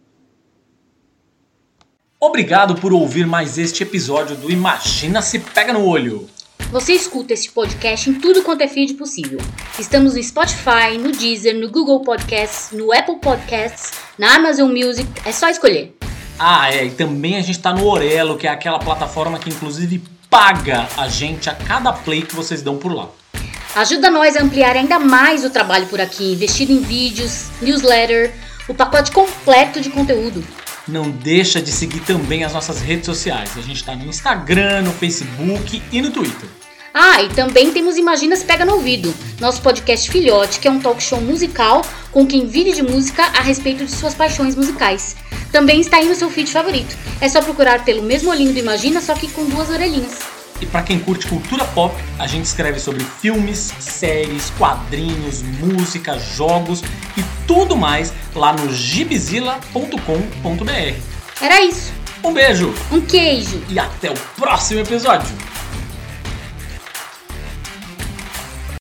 [SPEAKER 2] Obrigado por ouvir mais este episódio do Imagina Se Pega no Olho.
[SPEAKER 1] Você escuta esse podcast em tudo quanto é feed possível. Estamos no Spotify, no Deezer, no Google Podcasts, no Apple Podcasts, na Amazon Music, é só escolher.
[SPEAKER 2] E também a gente tá no Orelo, que é aquela plataforma que inclusive paga a gente a cada play que vocês dão por lá.
[SPEAKER 1] Ajuda nós a ampliar ainda mais o trabalho por aqui, investindo em vídeos, newsletter, o pacote completo de conteúdo.
[SPEAKER 2] Não deixa de seguir também as nossas redes sociais. A gente tá no Instagram, no Facebook e no Twitter.
[SPEAKER 1] E também temos Imagina Se Pega no Ouvido, nosso podcast filhote, que é um talk show musical com quem vive de música a respeito de suas paixões musicais. Também está aí no seu feed favorito. É só procurar pelo mesmo olhinho do Imagina, só que com 2 orelhinhas.
[SPEAKER 2] E para quem curte cultura pop, a gente escreve sobre filmes, séries, quadrinhos, música, jogos e tudo mais lá no gibzilla.com.br.
[SPEAKER 1] Era isso.
[SPEAKER 2] Um beijo.
[SPEAKER 1] Um queijo.
[SPEAKER 2] E até o próximo episódio.